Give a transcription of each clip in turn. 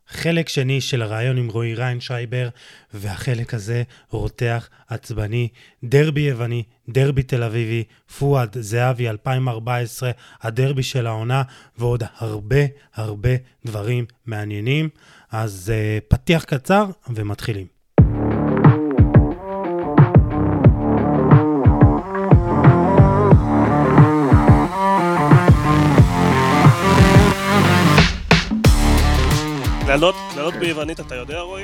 חלק שני של הרעיון עם רועי ריינשרייבר, והחלק הזה רותח עצבני, דרבי יווני, דרבי תל אביבי, פואד זהבי 2014, הדרבי של העונה, ועוד הרבה דברים מעניינים. אז פתיח קצר ומתחילים. קללות ביוונית, אתה יודע, רועי?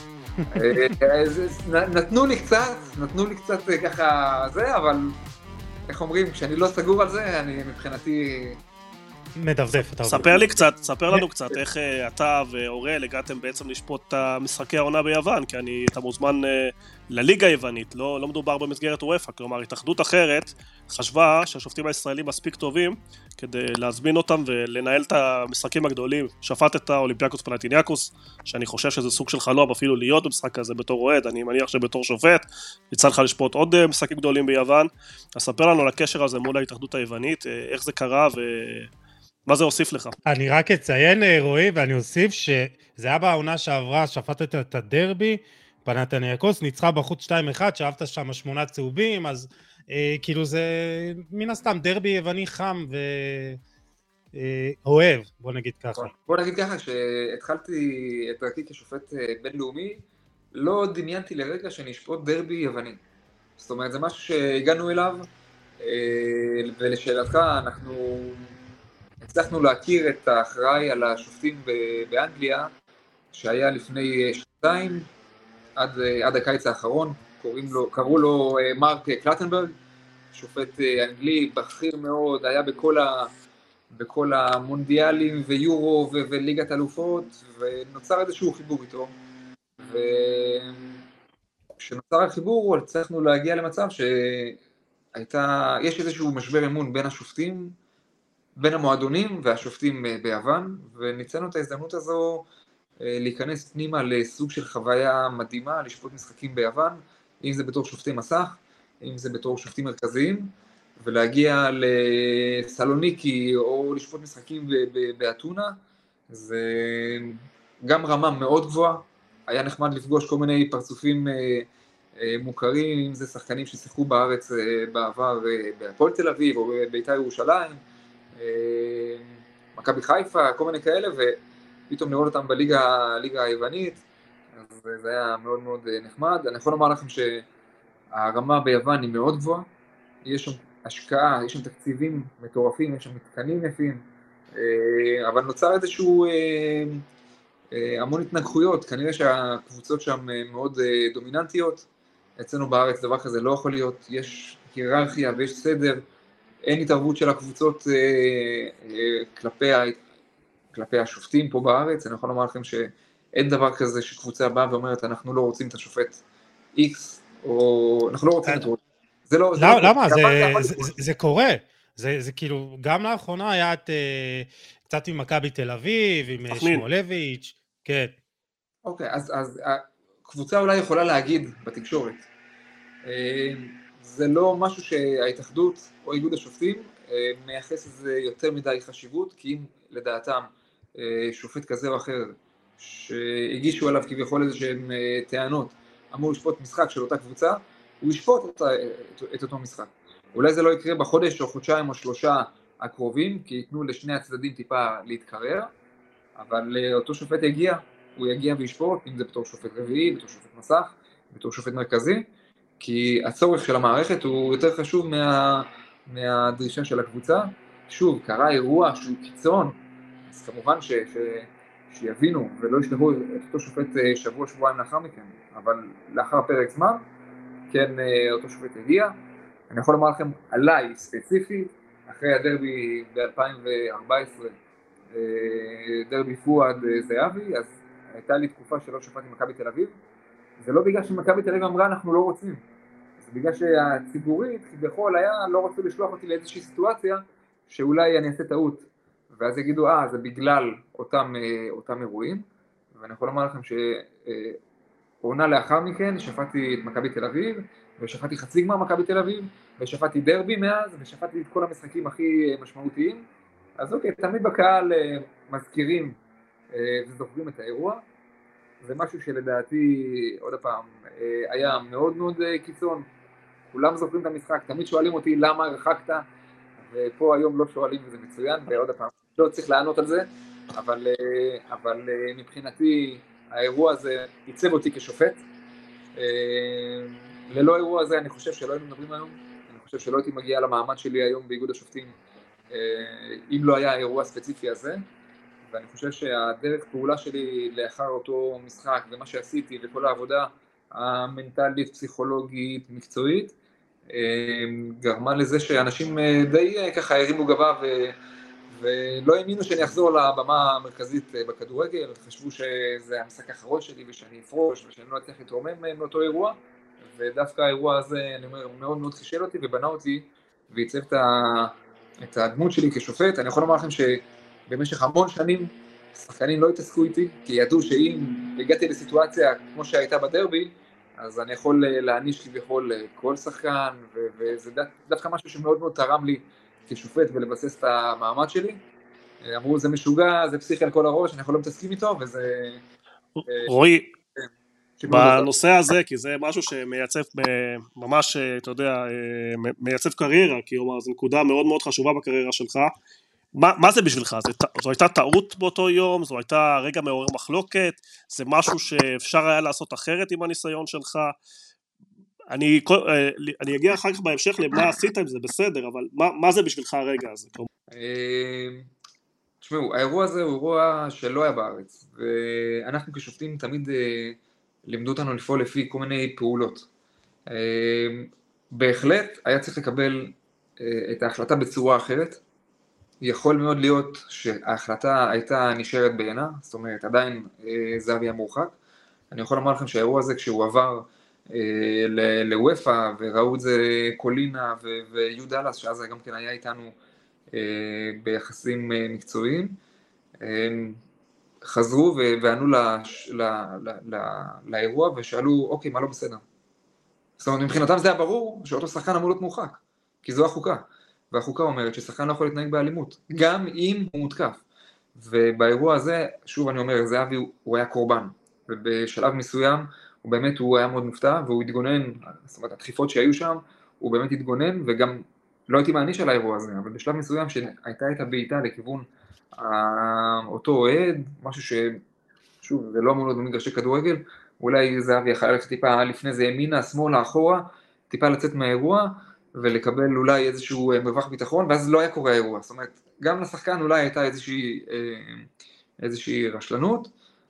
נתנו לי קצת ככה זה, אבל איך אומרים, כשאני לא סגור על זה, אני מבחינתי מדפדף. ספר לנו קצת איך אתה ואורל הגעתם בעצם לשפוט את משחקי העונה ביוון, כי אתה מוזמן לליגה היוונית, לא מדובר במסגרת וופא, כלומר התאחדות אחרת חשבה שהשופטים הישראלים מספיק טובים כדי להזמין אותם ולנהל את המשחקים הגדולים. שפטת אולימפיאקוס פנתיניאקוס, שאני חושב שזה סוג של חלום אפילו להיות במשחק כזה בתור אוהד, אני מניח שבתור שופט יצא לך לשפוט עוד משחקים גדולים ביוון. אז ספר לנו על הקשר הזה מול ההתאחדות היוונית, איך זה קרה מה זה הוסיף לך? אני רק אציין, רועי, ואני אוסיף שזה היה בעונה שעברה, שפטת את הדרבי, פנתיניאקוס, ניצחה בחוץ 2-1, שאהבת שם 8 צהובים, אז כאילו זה מן הסתם דרבי יווני חם ואוהב, בוא נגיד ככה. בוא נגיד ככה, כשהתחלתי את דרכי כשופט בינלאומי, לא דמיינתי לרגע שנשפוט דרבי יווני. זאת אומרת, זה משהו שהגענו אליו, ולשאלתך, אנחנו הצלחנו להכיר את האחראי על השופטים באנגליה, שהיה לפני 2 עד הקיץ האחרון, קראו לו מרק קלטנברג, שופט אנגלי בכיר מאוד, היה בכל המונדיאלים ויורו וליגת אלופות, ונוצר איזשהו חיבור איתו, וכשנוצר החיבור הצלחנו להגיע למצב שיש איזשהו משבר אמון בין השופטים, בין המועדונים והשופטים ביוון, וניצלנו את ההזדמנות הזו להיכנס פנימה לסוג של חוויה מדהימה, לשפוט משחקים ביוון, אם זה בתור שופטי מסך, אם זה בתור שופטים מרכזיים, ולהגיע לסלוניקי או לשפוט משחקים באתונה, זה גם רמה מאוד גבוהה, היה נחמד לפגוש כל מיני פרצופים מוכרים, אם זה שחקנים ששיחקו בארץ בעבר בהפועל תל אביב או בבית"ר ירושלים, מכבי חיפה, כל מיני כאלה, ופתאום לראות אותם בליגה היוונית, אז זה היה מאוד מאוד נחמד. אני יכול לומר לכם שהרמה ביוון היא מאוד גבוהה, יש שם השקעה, יש שם תקציבים מטורפים, יש שם מתקנים יפים, אבל נוצר איזשהו המון התנגחויות, כנראה שהקבוצות שם מאוד דומיננטיות, אצלנו בארץ דבר כזה לא יכול להיות, יש היררכיה ויש סדר, אין התערבות של הקבוצות כלפי השופטים פה בארץ. אני יכול לומר לכם שאין דבר כזה שקבוצה באה ואומרת אנחנו לא רוצים את השופט X, או אנחנו לא רוצים את רוץ. למה? זה קורה. זה כאילו, גם לאחרונה היה קצת עם מכבי תל אביב, עם שמואלביץ', כן. אוקיי, אז הקבוצה אולי יכולה להגיד בתקשורת, זה לא משהו שההתאחדות או איגוד השופטים מייחס לזה יותר מדי חשיבות, כי אם לדעתם שופט כזה או אחר שהגישו עליו כביכול איזה שהם טענות אמור לשפוט משחק של אותה קבוצה, הוא ישפוט את אותו משחק. אולי זה לא יקרה בחודש או חודשיים או 3 הקרובים, כי ייתנו לשני הצדדים טיפה להתקרר, אבל אותו שופט הוא יגיע וישפוט, אם זה בתור שופט רביעי, בתור שופט מסך, בתור שופט מרכזי, כי הצורך של המערכת הוא יותר חשוב מהדרישה של הקבוצה. שוב, קרה אירוע שהוא קיצון, אז כמובן שיבינו ולא ישלחו את אותו שופט שבוע-שבועיים לאחר מכן, אבל לאחר פרק זמן, כן, אותו שופט הגיע. אני יכול לומר לכם עליי ספציפית, אחרי הדרבי ב-2014, דרבי פואד זהבי, אז הייתה לי תקופה שלא שפטתי מכבי תל אביב, זה לא בגלל שמכבי תל אביב אמרה אנחנו לא רוצים, זה בגלל שהציבורית כביכול היה לא רוצה לשלוח אותי לאיזושהי סיטואציה שאולי אני אעשה טעות, ואז יגידו זה בגלל אותם אירועים. ואני יכול לומר לכם שעונה לאחר מכן שפטתי את מכבי תל אביב, ושפטתי חצי גמר מכבי תל אביב, ושפטתי דרבי מאז, ושפטתי את כל המשחקים הכי משמעותיים. אז אוקיי, תמיד בקהל מזכירים וזוכרים את האירוע. זה משהו שלדעתי, עוד פעם, היה מאוד מאוד קיצון. כולם זוכרים את המשחק, תמיד שואלים אותי למה הרחקת, ופה היום לא שואלים וזה מצוין, ועוד פעם, לא צריך לענות על זה, אבל מבחינתי האירוע הזה ייצב אותי כשופט. ללא האירוע הזה אני חושב שלא היינו מדברים היום, אני חושב שלא הייתי מגיע למעמד שלי היום באיגוד השופטים, אם לא היה האירוע הספציפי הזה, ואני חושב שהדרך פעולה שלי לאחר אותו משחק ומה שעשיתי וכל העבודה המנטלית, פסיכולוגית, מקצועית, גרמה לזה שאנשים די ככה הרימו גבה ולא האמינו שאני אחזור לבמה המרכזית בכדורגל, חשבו שזה המשחק האחרון שלי ושאני אפרוש ושאני לא אצליח להתרומם מאותו אירוע, ודווקא האירוע הזה, אני אומר, מאוד מאוד חישל אותי ובנה אותי וייצב את הדמות שלי כשופט. אני יכול לומר לכם שבמשך המון שנים שחקנים לא התעסקו איתי, כי ידעו שאם הגעתי לסיטואציה כמו שהייתה בדרבי, אז אני יכול להעניש כביכול כל שחקן, וזה דווקא משהו שמאוד מאוד תרם לי כשופט ולבסס את המעמד שלי. אמרו, זה משוגע, זה פסיכי על כל הראש, אני יכול לא מתעסקים איתו, וזה... רועי, בנושא הזה, כי זה משהו שמייצב ממש, אתה יודע, מייצב קריירה, כי זו נקודה מאוד מאוד חשובה בקריירה שלך. מה זה בשבילך? זו הייתה טעות באותו יום? זו הייתה רגע מעורר מחלוקת? זה משהו שאפשר היה לעשות אחרת עם הניסיון שלך? אני אגיע אחר כך בהמשך למה עשית עם זה, בסדר, אבל מה זה בשבילך הרגע הזה? תשמעו, האירוע הזה הוא אירוע שלא היה בארץ, ואנחנו כשופטים תמיד לימדו אותנו לפעול לפי כל מיני פעולות. בהחלט היה צריך לקבל את ההחלטה בצורה אחרת. יכול מאוד להיות שההחלטה הייתה נשארת בעינה, זאת אומרת עדיין זהבי המורחק. אני יכול לומר לכם שהאירוע הזה כשהוא עבר לוופא וראו את זה קולינה ויהוד אלס, שאז גם כן היה איתנו ביחסים מקצועיים, חזרו וענו לאירוע ושאלו, אוקיי, מה לא בסדר? זאת אומרת, מבחינתם זה היה ברור שאותו שחקן אמור להיות מורחק, כי זו החוקה. והחוקה אומרת ששחקן לא יכול להתנהג באלימות, גם אם הוא מותקף. ובאירוע הזה, שוב אני אומר, זהבי הוא היה קורבן, ובשלב מסוים הוא היה מאוד מופתע, והוא התגונן, זאת אומרת, הדחיפות שהיו שם, הוא באמת התגונן, וגם לא הייתי מעניש על האירוע הזה, אבל בשלב מסוים שהייתה את הבעיטה לכיוון אותו אוהד, משהו ששוב, זה לא אמור להיות במגרשי כדורגל, אולי זהבי יכול ללכת טיפה לפני זה ימינה, שמאלה, אחורה, טיפה לצאת מהאירוע, ולקבל אולי איזשהו מרווח ביטחון, ואז לא היה קורה האירוע. זאת אומרת, גם לשחקן אולי הייתה איזושהי רשלנות,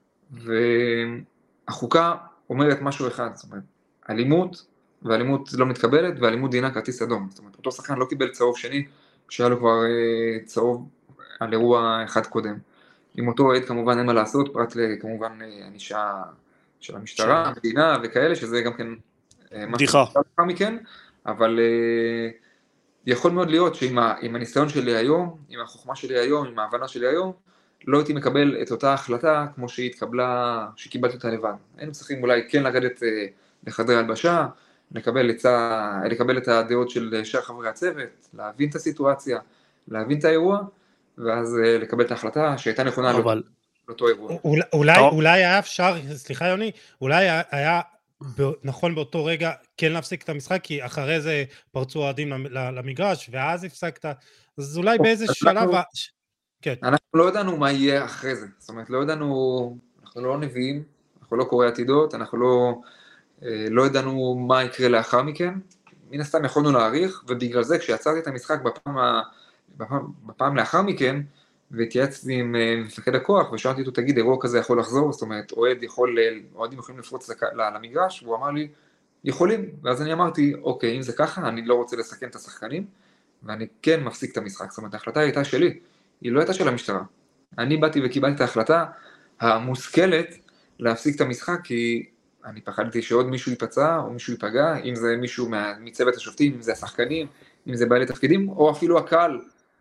והחוקה אומרת משהו אחד, זאת אומרת, אלימות, ואלימות לא מתקבלת, ואלימות דינה כרטיס אדום. זאת אומרת, אותו שחקן לא קיבל צהוב שני, כשהיה לו כבר צהוב על אירוע אחד קודם. עם אותו עד כמובן אין מה לעשות, פרט לכמובן ענישה של המשטרה, המדינה וכאלה, שזה גם כן בדיחה. מכן, אבל יכול מאוד להיות שעם הניסיון שלי היום, עם החוכמה שלי היום, עם ההבנה שלי היום, לא הייתי מקבל את אותה החלטה כמו שהיא התקבלה, שקיבלתי אותה לבד. היינו צריכים אולי כן לרדת לחדרי הלבשה, לקבל את הדעות של שאר חברי הצוות, להבין את הסיטואציה, להבין את האירוע, ואז לקבל את ההחלטה שהייתה נכונה לאותו אירוע. אולי היה אפשר, סליחה יוני, אולי היה נכון באותו רגע כן להפסיק את המשחק, כי אחרי זה פרצו אוהדים למגרש, ואז הפסקת, אז אולי באיזה שלב... אנחנו לא ידענו מה יהיה אחרי זה, זאת אומרת, לא ידענו, אנחנו לא נביאים, אנחנו לא קוראי עתידות, אנחנו לא ידענו מה יקרה לאחר מכן, מן הסתם יכולנו להעריך, ובגלל זה כשעצרתי את המשחק בפעם לאחר מכן, והתייעצתי עם מפקד הכוח, ושאלתי אותו, תגיד, אירוע כזה יכול לחזור? זאת אומרת, אוהדים יכולים לפרוץ למגרש, והוא אמר לי, יכולים, ואז אני אמרתי, אוקיי, אם זה ככה, אני לא רוצה לסכן את השחקנים, ואני כן מפסיק את המשחק, זאת אומרת, ההחלטה הייתה שלי, היא לא הייתה של המשטרה. אני באתי וקיבלתי את ההחלטה המושכלת להפסיק את המשחק, כי אני פחדתי שעוד מישהו ייפצע, או מישהו ייפגע, אם זה מישהו מצוות השופטים, אם זה השחקנים, אם זה בעלי תפקידים, או אפילו הקהל,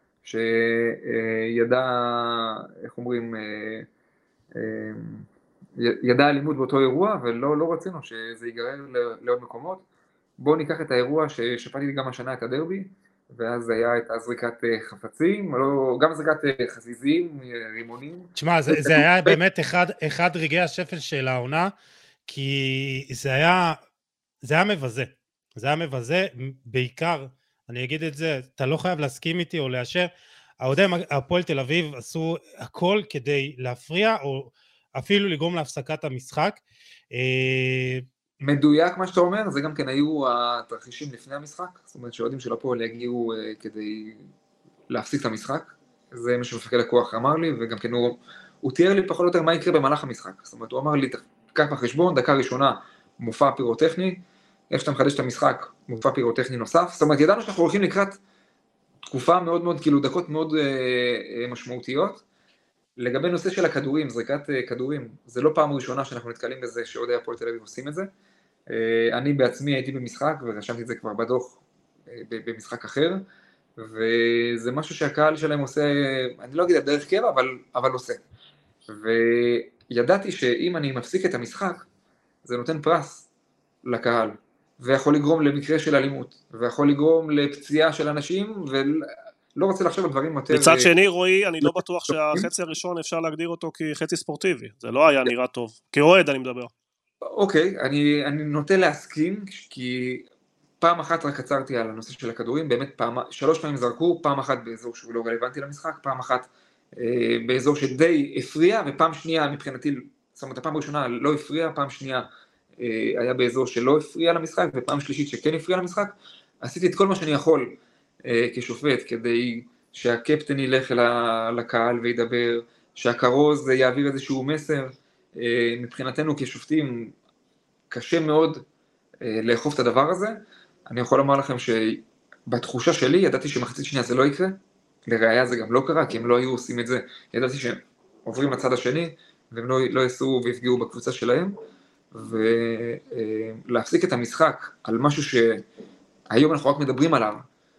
שידע, איך אומרים, ידע אלימות באותו אירוע, ולא רצינו שזה ייגרר לעוד מקומות. בואו ניקח את האירוע ששפטתי גם השנה את הדרבי, ואז היה את הזריקת חפצים, לא, גם זריקת חזיזים, רימונים. תשמע, זה היה באמת אחד רגעי השפל של העונה, כי זה היה מבזה. זה היה מבזה, בעיקר, אני אגיד את זה, אתה לא חייב להסכים איתי או לאשר, האוהדים הפועל תל אביב עשו הכל כדי להפריע, או אפילו לגרום להפסקת המשחק. מדויק מה שאתה אומר, זה גם כן היו התרחישים לפני המשחק, זאת אומרת שהאוהדים של הפועל יגיעו כדי להפסיק את המשחק, זה מה שמפקד הכוח אמר לי, וגם כן הוא תיאר לי פחות או יותר מה יקרה במהלך המשחק, זאת אומרת הוא אמר לי, תקח בחשבון, דקה ראשונה מופע פירוטכני, איך שאתה מחדש את המשחק, מופע פירוטכני נוסף, זאת אומרת ידענו שאנחנו הולכים לקראת תקופה מאוד מאוד, כאילו דקות מאוד משמעותיות. לגבי נושא של הכדורים, זריקת כדורים, זה לא פעם ראשונה שאנחנו נתקלים בזה שאוהדי הפועל תל אביב עושים את זה. אני בעצמי הייתי במשחק ורשמתי את זה כבר בדוח במשחק אחר, וזה משהו שהקהל שלהם עושה, אני לא אגיד את דרך קבע, אבל עושה. וידעתי שאם אני מפסיק את המשחק, זה נותן פרס לקהל, ויכול לגרום למקרה של אלימות, ויכול לגרום לפציעה של אנשים, ולא רוצה לחשוב על דברים יותר... מצד שני, רועי, אני לא בטוח שהחצי הראשון אפשר להגדיר אותו כחצי ספורטיבי, זה לא היה נראה טוב, כאוהד אני מדבר. אוקיי, אני נוטה להסכים, כי פעם אחת רק עצרתי על הנושא של הכדורים, באמת 3 פעמים זרקו, פעם אחת באזור שהוא לא רלוונטי למשחק, פעם אחת באזור שדי הפריע, ופעם שנייה מבחינתי, זאת אומרת, הפעם הראשונה לא הפריע, פעם שנייה היה באזור שלא הפריע למשחק, ופעם שלישית שכן הפריע למשחק, עשיתי את כל מה שאני יכול כשופט, כדי שהקפטן ילך לקהל וידבר, שהכרוז יעביר איזשהו מסר, מבחינתנו כשופטים קשה מאוד לאכוף את הדבר הזה. אני יכול לומר לכם שבתחושה שלי ידעתי שמחצית שנייה זה לא יקרה, לראיה זה גם לא קרה, כי הם לא היו עושים את זה, ידעתי שהם עוברים לצד השני, והם לא יעשו ויפגעו בקבוצה שלהם, ולהפסיק את המשחק על משהו שהיום אנחנו רק מדברים עליו,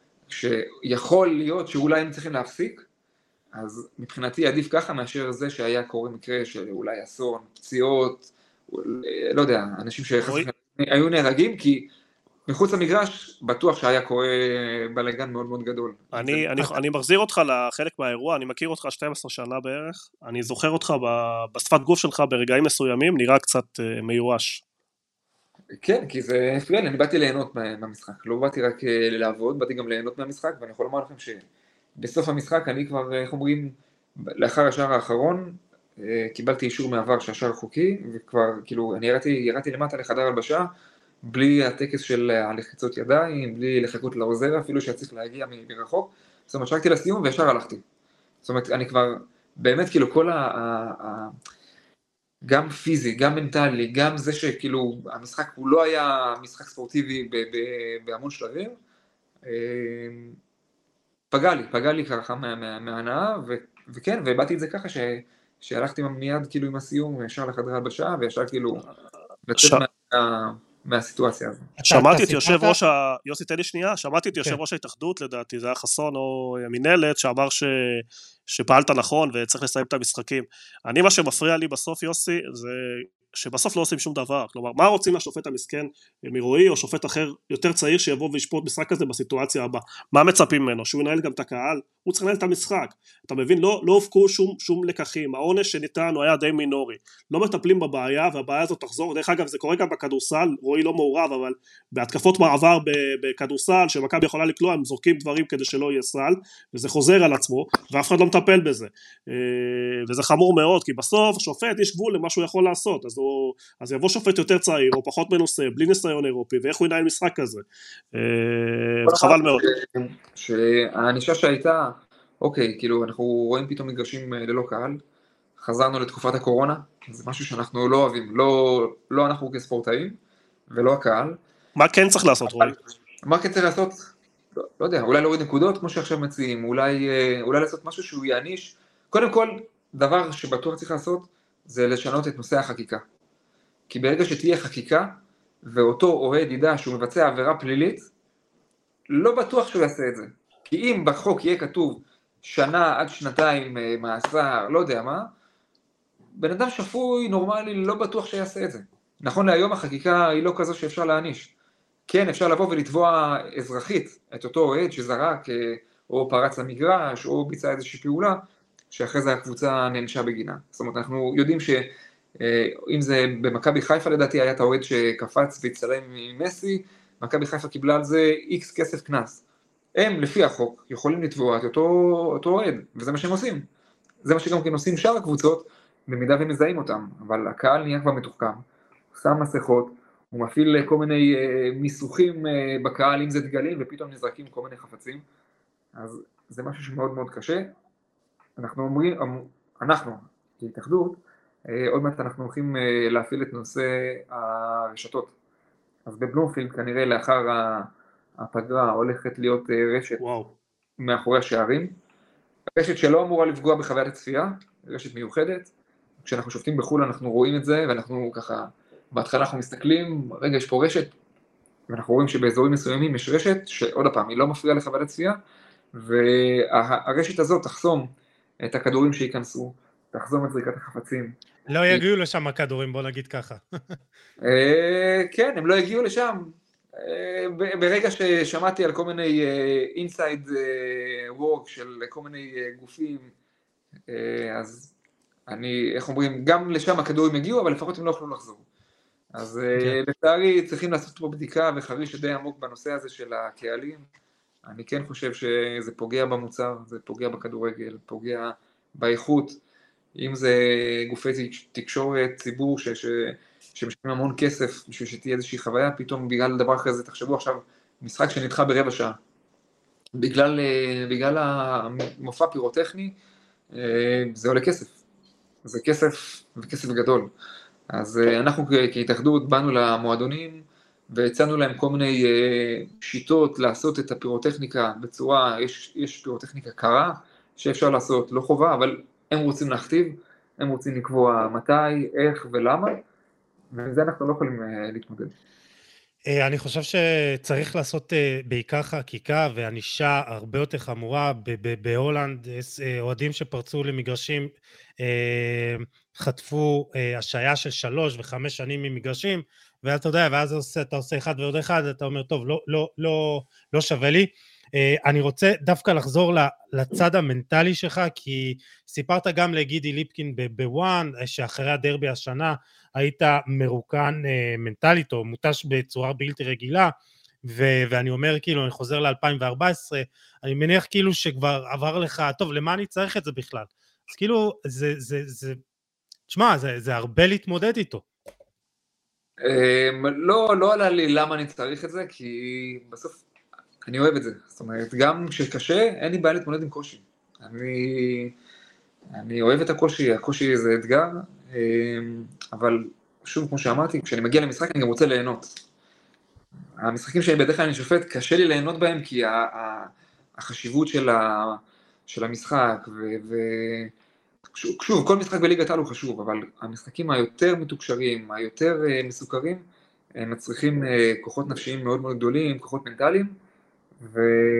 שיכול להיות שאולי הם צריכים להפסיק, אז מבחינתי עדיף ככה מאשר זה שהיה קורה מקרה של אולי אסון, פציעות, לא יודע, אנשים שהיו נהרגים, כי מחוץ למגרש בטוח שהיה קורה בלגן מאוד מאוד גדול. אני מחזיר אותך לחלק מהאירוע, אני מכיר אותך 12 שנה בערך, אני זוכר אותך בשפת גוף שלך ברגעים מסוימים, נראה קצת מיואש. כן, כי זה הפריע לי, אני באתי ליהנות מהמשחק, לא באתי רק לעבוד, באתי גם ליהנות מהמשחק, ואני יכול לומר לכם שבסוף המשחק אני כבר, איך אומרים, לאחר השער האחרון, קיבלתי אישור מעבר שהשער חוקי, וכבר, כאילו, אני ירדתי למטה לחדר הלבשה, בלי הטקס של הלחיצות ידיים, בלי לחכות לעוזר, אפילו שצריך להגיע מרחוק, זאת אומרת, שרקתי לסיום וישר הלכתי. זאת אומרת, אני כבר, באמת, כאילו, כל גם פיזי, גם מנטלי, גם זה שכאילו המשחק הוא לא היה משחק ספורטיבי בהמון שלבים, פגע לי ככה מההנאה, וכן, ובאתי את זה ככה שהלכתי מיד כאילו עם הסיום, ישר לחדרי הלבשה, וישר כאילו לצאת מהסיטואציה הזו. שמעתי את יושב ראש, יוסי תן לי שנייה, שמעתי את יושב ראש ההתאחדות לדעתי, זה היה חסון או המינהלת, שאמר שפעלת נכון וצריך לסיים את המשחקים. אני מה שמפריע לי בסוף יוסי, זה שבסוף לא עושים שום דבר, כלומר, מה רוצים לשופט המסכן מרועי, או שופט אחר יותר צעיר שיבוא וישפוט משחק כזה בסיטואציה הבאה, מה מצפים ממנו? שהוא ינהל גם את הקהל? הוא צריך לנהל את המשחק, אתה מבין? לא הופקו שום לקחים, העונש שניתן הוא היה די מינורי, לא מטפלים בבעיה, והבעיה הזאת תחזור, דרך אגב זה קורה גם בכדורסל, רועי לא מעורב, אבל בהתקפות מעבר בכדורסל, שמכבי יכולה לקלוע, הם זורקים דברים כדי שלא יהיה סל, וזה חוזר על עצמו, ואף אחד לא מטפל בזה, וזה חמור מאוד, כי בסוף שופט יש גבול למה שהוא יכול לעשות, אז יבוא שופט יותר צעיר, או פחות מנוסה, בלי ניסיון אירופי, ואיך הוא ינהל משחק כזה. זה חבל מאוד. שהענישה שהייתה, אוקיי, כאילו אנחנו רואים פתאום מגרשים ללא קהל, חזרנו לתקופת הקורונה, זה משהו שאנחנו לא אוהבים, לא אנחנו כספורטאים, ולא הקהל. מה כן צריך לעשות, רועי? מה כן צריך לעשות? לא יודע, אולי להוריד נקודות, כמו שעכשיו מציעים, אולי לעשות משהו שהוא יעניש. קודם כל, דבר שבטוח צריך לעשות, זה לשנות את נושא החקיקה. כי ברגע שתהיה חקיקה, ואותו אוהד ידע שהוא מבצע עבירה פלילית, לא בטוח שהוא יעשה את זה. כי אם בחוק יהיה כתוב 1 עד 2 מאסר, לא יודע מה, בן אדם שפוי, נורמלי, לא בטוח שיעשה את זה. נכון להיום החקיקה היא לא כזו שאפשר להעניש. כן, אפשר לבוא ולתבוע אזרחית את אותו אוהד שזרק, או פרץ למגרש, או ביצע איזושהי פעולה, שאחרי זה הקבוצה נענשה בגינה. זאת אומרת, אנחנו יודעים שאם זה במכבי חיפה לדעתי, היה את האוהד שקפץ והצטלם עם מסי, מכבי חיפה קיבלה על זה X כסף קנס. הם, לפי החוק, יכולים לתבוע את אותו אוהד, וזה מה שהם עושים. זה מה שגם כן עושים שאר הקבוצות, במידה והם מזהים אותם, אבל הקהל נהיה כבר מתוחכם, הוא שם מסכות, הוא מפעיל כל מיני מיסוכים בקהל, אם זה דגלים, ופתאום נזרקים כל מיני חפצים, אז זה משהו שמאוד מאוד קשה. אנחנו אומרים, כהתאחדות, עוד מעט אנחנו הולכים להפעיל את נושא הרשתות. אז בבלומפילד כנראה לאחר הפגרה הולכת להיות רשת מאחורי השערים, רשת שלא אמורה לפגוע בחוויית הצפייה, רשת מיוחדת. כשאנחנו שופטים בחו"ל אנחנו רואים את זה, ואנחנו ככה, בהתחלה אנחנו מסתכלים, רגע יש פה רשת, ואנחנו רואים שבאזורים מסוימים יש רשת, שעוד הפעם היא לא מפריעה לחוויית הצפייה, והרשת הזאת תחסום את הכדורים שייכנסו, תחסום את זריקת החפצים. לא יגיעו לשם הכדורים, בוא נגיד ככה. כן, הם לא יגיעו לשם. ברגע ששמעתי על כל מיני inside work של כל מיני גופים, אז אני, איך אומרים, גם לשם הכדורים יגיעו, אבל לפחות הם לא יכולו לחזור. אז לצערי צריכים לעשות פה בדיקה וחריש די עמוק בנושא הזה של הקהלים. אני כן חושב שזה פוגע במוצר, זה פוגע בכדורגל, פוגע באיכות, אם זה גופי תקשורת, ציבור שמשלמים המון כסף בשביל שתהיה איזושהי חוויה, פתאום בגלל דבר כזה, תחשבו עכשיו, משחק שנדחה ברבע שעה, בגלל המופע פירוטכני, זה עולה כסף, זה כסף וכסף גדול. אז אנחנו כהתאחדות באנו למועדונים, והצענו להם כל מיני שיטות לעשות את הפירוטכניקה בצורה, יש פירוטכניקה קרה, שאפשר לעשות, לא חובה, אבל הם רוצים להכתיב, הם רוצים לקבוע מתי, איך ולמה, וזה אנחנו לא יכולים להתמודד. אני חושב שצריך לעשות בעיקר חקיקה וענישה הרבה יותר חמורה. בהולנד אוהדים שפרצו למגרשים חטפו השעיה של 3 ו5 שנים ממגרשים, ואז אתה יודע, ואז אתה עושה אחד ועוד אחד, אתה אומר טוב, לא שווה לי. אני רוצה דווקא לחזור לצד המנטלי שלך, כי סיפרת גם לגידי ליפקין בוואן, שאחרי הדרבי השנה היית מרוקן מנטלית או מוטש בצורה בלתי רגילה, ואני אומר כאילו, אני חוזר ל-2014, אני מניח כאילו שכבר עבר לך, טוב, למה אני צריך את זה בכלל? אז כאילו, תשמע, זה הרבה להתמודד איתו. לא עלה לי למה אני צריך את זה, כי בסוף אני אוהב את זה, זאת אומרת, גם כשקשה, אין לי בעיה להתמודד עם קושי. אני אוהב את הקושי זה אתגר, אבל שוב, כמו שאמרתי, כשאני מגיע למשחק אני גם רוצה ליהנות. המשחקים שאני בדרך כלל אני שופט, קשה לי ליהנות בהם, כי החשיבות של המשחק, שוב, כל משחק בליגת העל הוא חשוב, אבל המשחקים היותר מתוקשרים, היותר מסוכרים, הם מצריכים כוחות נפשיים מאוד מאוד גדולים, כוחות מנטליים, וכל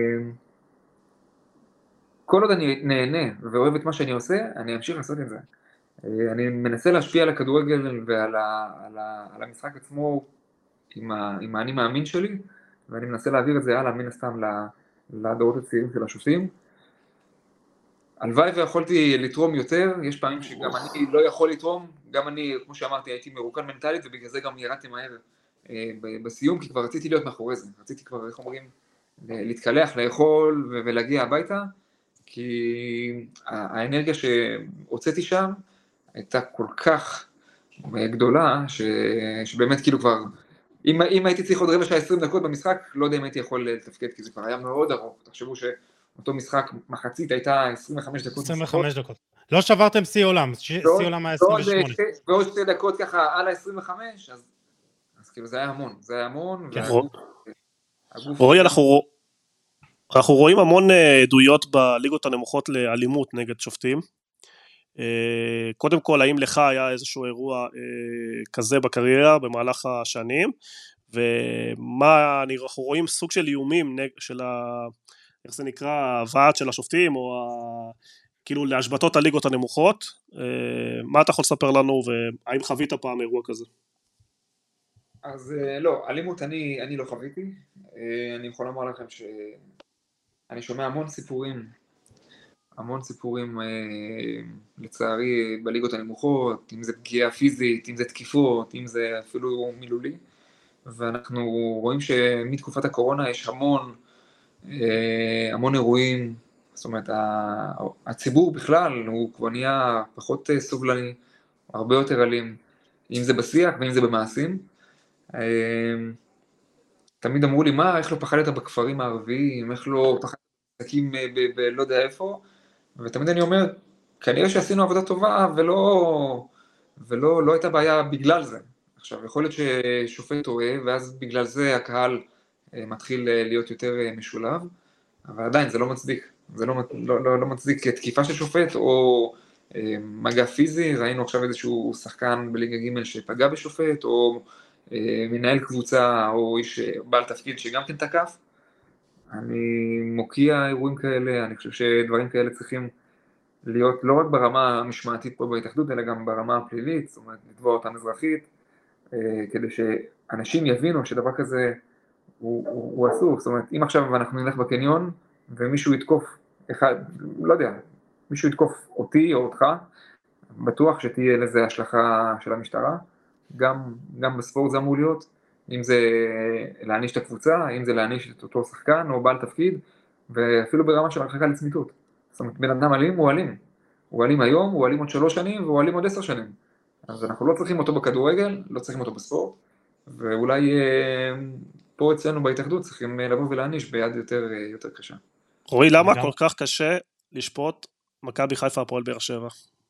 עוד אני נהנה ואוהב את מה שאני עושה, אני אמשיך לעשות את זה. אני מנסה להשפיע על הכדורגל ועל המשחק עצמו עם האני מאמין שלי, ואני מנסה להעביר את זה הלאה מן הסתם לדורות הצעירים של השופטים. הלוואי ויכולתי לתרום יותר, יש פעמים שגם אני לא יכול לתרום, גם אני, כמו שאמרתי, הייתי מרוקן מנטלית, ובגלל זה גם ירדתי מהר בסיום, כי כבר רציתי להיות מאחורי זה, רציתי כבר, איך אומרים, להתקלח, לאכול ולהגיע הביתה, כי האנרגיה שהוצאתי שם הייתה כל כך גדולה, שבאמת כאילו כבר, אם הייתי צריך עוד רבע שעה 20 דקות במשחק, לא יודע אם הייתי יכול לתפקד, כי זה כבר היה מאוד ארוך. תחשבו שאותו משחק מחצית הייתה 25 דקות. 25 דקות. לא שברתם שיא עולם, שיא עולם היה 28. ועוד 2 דקות ככה על ה-25, אז כאילו זה היה המון, זה היה המון. רועי, אנחנו רואים המון עדויות בליגות הנמוכות לאלימות נגד שופטים. קודם כל, האם לך היה איזשהו אירוע כזה בקריירה במהלך השנים, ומה אנחנו רואים סוג של איומים של איך זה נקרא, הוועד של השופטים, או כאילו להשבתות הליגות הנמוכות. מה אתה יכול לספר לנו, והאם חווית פעם אירוע כזה? אז לא, אלימות אני לא חוויתי. אני יכול לומר לכם שאני שומע המון סיפורים לצערי בליגות הנמוכות, אם זה פגיעה פיזית, אם זה תקיפות, אם זה אפילו מילולי, ואנחנו רואים שמתקופת הקורונה יש המון אירועים, זאת אומרת הציבור בכלל הוא כבר נהיה פחות סובלני, הרבה יותר אלים, אם זה בשיח ואם זה במעשים. תמיד אמרו לי, מה, איך לא פחדת בכפרים הערביים, איך לא פחדת במשחקים בלא יודע איפה, ותמיד אני אומר, כנראה שעשינו עבודה טובה, ולא הייתה בעיה בגלל זה. עכשיו, יכול להיות ששופט טועה, ואז בגלל זה הקהל מתחיל להיות יותר משולב, אבל עדיין זה לא מצדיק. זה לא מצדיק תקיפה של שופט, או מגע פיזי. ראינו עכשיו איזשהו שחקן בליגה ג' שפגע בשופט, או מנהל קבוצה, או איש בעל תפקיד שגם כן תקף. אני מוקיע אירועים כאלה, אני חושב שדברים כאלה צריכים להיות לא רק ברמה המשמעתית פה בהתאחדות, אלא גם ברמה הפלילית, זאת אומרת, לתבוע אותם אזרחית, כדי שאנשים יבינו שדבר כזה הוא אסור. זאת אומרת, אם עכשיו אנחנו נלך בקניון, ומישהו יתקוף לא יודע, מישהו יתקוף אותי או אותך, בטוח שתהיה לזה השלכה של המשטרה, גם בספורט זה אמור להיות, אם זה להעניש את הקבוצה, אם זה להעניש את אותו שחקן או בעל תפקיד, ואפילו ברמה של הרחקה לצמיתות. זאת אומרת, בן אדם אלים הוא אלים. הוא אלים היום, הוא אלים עוד 3 שנים, והוא אלים עוד 10 שנים. אז אנחנו לא צריכים אותו בכדורגל, לא צריכים אותו בספורט, ואולי פה אצלנו בהתאחדות צריכים לבוא ולהעניש ביד יותר קשה. רועי, למה כל כך קשה לשפוט מכבי חיפה הפועל באר שבע?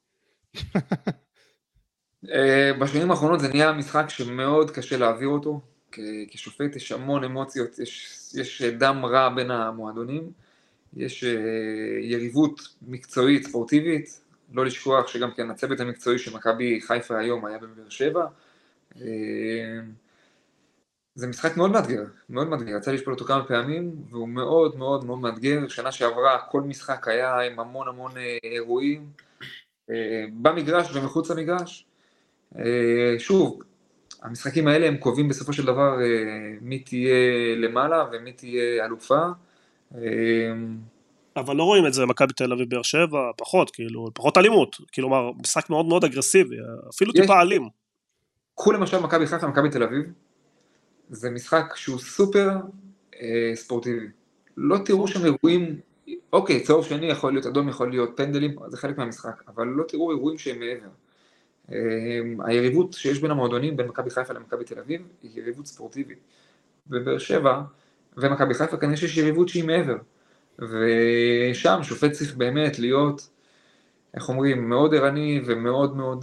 בשנים האחרונות זה נהיה משחק שמאוד קשה להעביר אותו, כשופט יש המון אמוציות, יש דם רע בין המועדונים, יש יריבות מקצועית, ספורטיבית, לא לשכוח שגם כן הצוות המקצועי של מכבי חיפה היום היה בבאר שבע. זה משחק מאוד מאתגר, יצא לשפוט אותו כמה פעמים, והוא מאוד מאוד מאוד מאתגר. שנה שעברה כל משחק היה עם המון אירועים, במגרש ומחוץ למגרש. שוב, המשחקים האלה הם קובעים בסופו של דבר מי תהיה למעלה ומי תהיה אלופה. אבל לא רואים את זה מכבי תל אביב באר שבע, פחות אלימות, כלומר משחק מאוד מאוד אגרסיבי, אפילו טיפה אלים. קחו למשל מכבי חיפה, מכבי תל אביב, זה משחק שהוא סופר ספורטיבי. לא תראו שם אירועים, אוקיי, צהוב שני יכול להיות אדום, יכול להיות פנדלים, זה חלק מהמשחק, אבל לא תראו אירועים שהם מעבר. היריבות שיש בין המועדונים, בין מכבי חיפה למכבי תל אביב, היא יריבות ספורטיבית. בבאר שבע ומכבי חיפה כנראה שיש יריבות שהיא מעבר. ושם שופט צריך באמת להיות, איך אומרים, מאוד ערני ומאוד מאוד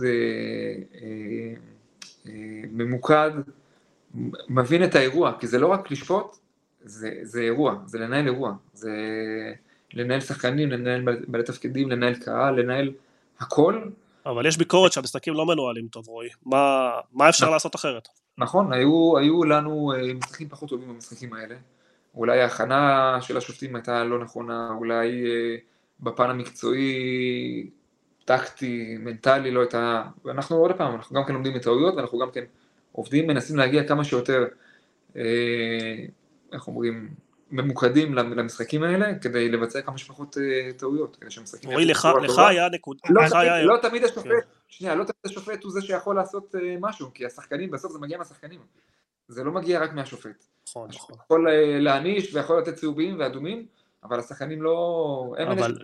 ממוקד, מבין את האירוע, כי זה לא רק לשפוט, זה אירוע, זה לנהל אירוע, זה לנהל שחקנים, לנהל בעלי תפקידים, לנהל קהל, לנהל הכל. אבל יש ביקורת שהמשחקים לא מנוהלים טוב, רועי. מה אפשר לעשות אחרת? נכון, היו לנו משחקים פחות טובים במשחקים האלה. אולי ההכנה של השופטים הייתה לא נכונה, אולי בפן המקצועי, טקטי, מנטלי, לא הייתה. ואנחנו עוד פעם, אנחנו גם כן לומדים מטעויות, ואנחנו גם כן עובדים, מנסים להגיע כמה שיותר, איך אומרים, ממוקדים למשחקים האלה, כדי לבצע כמה שפחות טעויות. רועי, לך היה נקודה. לא תמיד השופט הוא זה שיכול לעשות משהו, כי השחקנים, בסוף זה מגיע מהשחקנים. זה לא מגיע רק מהשופט. נכון. יכול להעניש ויכול לתת צהובים ואדומים, אבל השחקנים לא...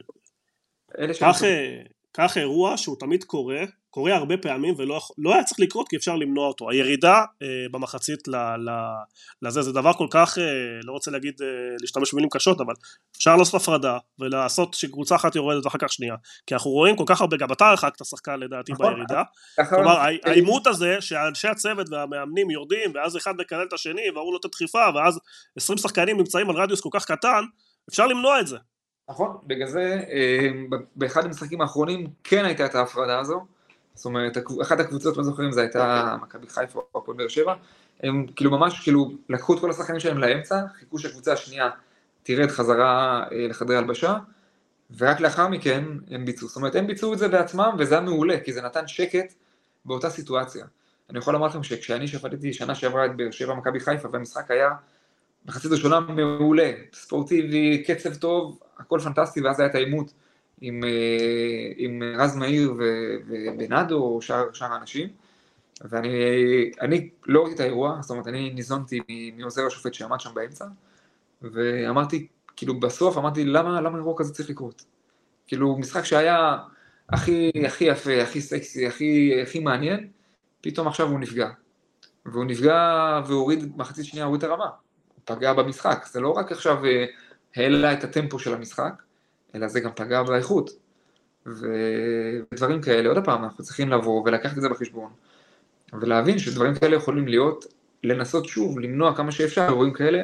כך אירוע שהוא תמיד קורה הרבה פעמים, ולא היה צריך לקרות כי אפשר למנוע אותו. הירידה במחצית לזה, זה דבר כל כך, לא רוצה להגיד, להשתמש במילים קשות, אבל אפשר לעשות הפרדה, ולעשות שקבוצה אחת יורדת ואחר כך שנייה. כי אנחנו רואים כל כך הרבה, גם אתה הרחקת את השחקן לדעתי בירידה. כלומר, העימות הזה, שאנשי הצוות והמאמנים יורדים, ואז אחד מקלל את השני, והוא נותן דחיפה, ואז 20 שחקנים נמצאים על רדיוס כל כך קטן, אפשר למנוע את זה. נכון, בגלל זה, באחד המשחקים האחרונים כן הייתה את ההפרדה הזו, זאת אומרת, אחת הקבוצות, לא זוכרים, זה הייתה מכבי חיפה או הפועל באר שבע, הם כאילו ממש כאילו לקחו את כל השחקנים שלהם לאמצע, חיכו שהקבוצה השנייה תרד חזרה לחדרי הלבשה, ורק לאחר מכן הם ביצעו, זאת אומרת, הם ביצעו את זה בעצמם, וזה היה מעולה, כי זה נתן שקט באותה סיטואציה. אני יכול לומר לכם שכשאני שפטתי שנה שעברה את באר שבע מכבי חיפה, והמשחק היה מחצית ראשונה מעולה, ספורטיבי, קצב טוב, הכל פנטסטי, ואז היה את העימות עם רז מאיר ובנאדו, או שאר האנשים, ואני לא ראיתי את האירוע, זאת אומרת, אני ניזונתי מעוזר השופט שעמד שם באמצע, ואמרתי, כאילו בסוף אמרתי, למה אירוע כזה צריך לקרות? כאילו משחק שהיה הכי יפה, הכי סקסי, הכי מעניין, פתאום עכשיו הוא נפגע. והוא נפגע והוריד, מחצית שנייה הוריד את הרמה. הוא פגע במשחק. זה לא רק עכשיו העלה את הטמפו של המשחק, אלא זה גם פגע באיכות. ודברים כאלה, עוד פעם, אנחנו צריכים לבוא ולקחת את זה בחשבון, ולהבין שדברים כאלה יכולים להיות, לנסות שוב, למנוע כמה שאפשר אירועים כאלה,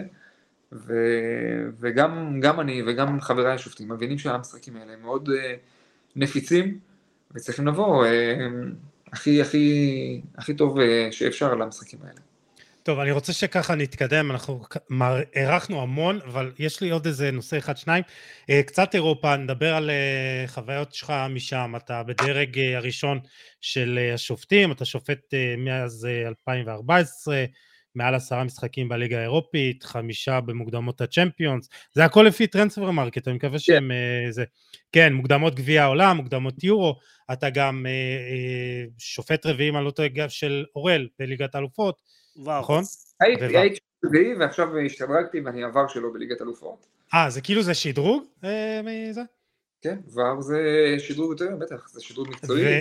וגם אני וגם חבריי השופטים מבינים שהמשחקים האלה הם מאוד נפיצים, וצריכים לבוא הכי טוב שאפשר למשחקים האלה. טוב, אני רוצה שככה נתקדם, אנחנו ערכנו המון, אבל יש לי עוד איזה נושא אחד, שניים. קצת אירופה, נדבר על חוויות שלך משם, אתה בדרג הראשון של השופטים, אתה שופט מאז 2014, מעל 10 משחקים בליגה האירופית, 5 במוקדמות הצ'מפיונס, זה הכל לפי טרנספר מרקט, אני מקווה שהם זה, כן, מוקדמות גביע העולם, מוקדמות יורו, אתה גם שופט רביעי על אותו אגב של אורל בליגת האלופות, נכון? הייתי רביעי ועכשיו השתדרגתי ואני עבר שלו בליגת האלופות. זה כאילו זה שדרוג מזה? כן, עבר זה שדרוג יותר, בטח, זה שדרוג מקצועי.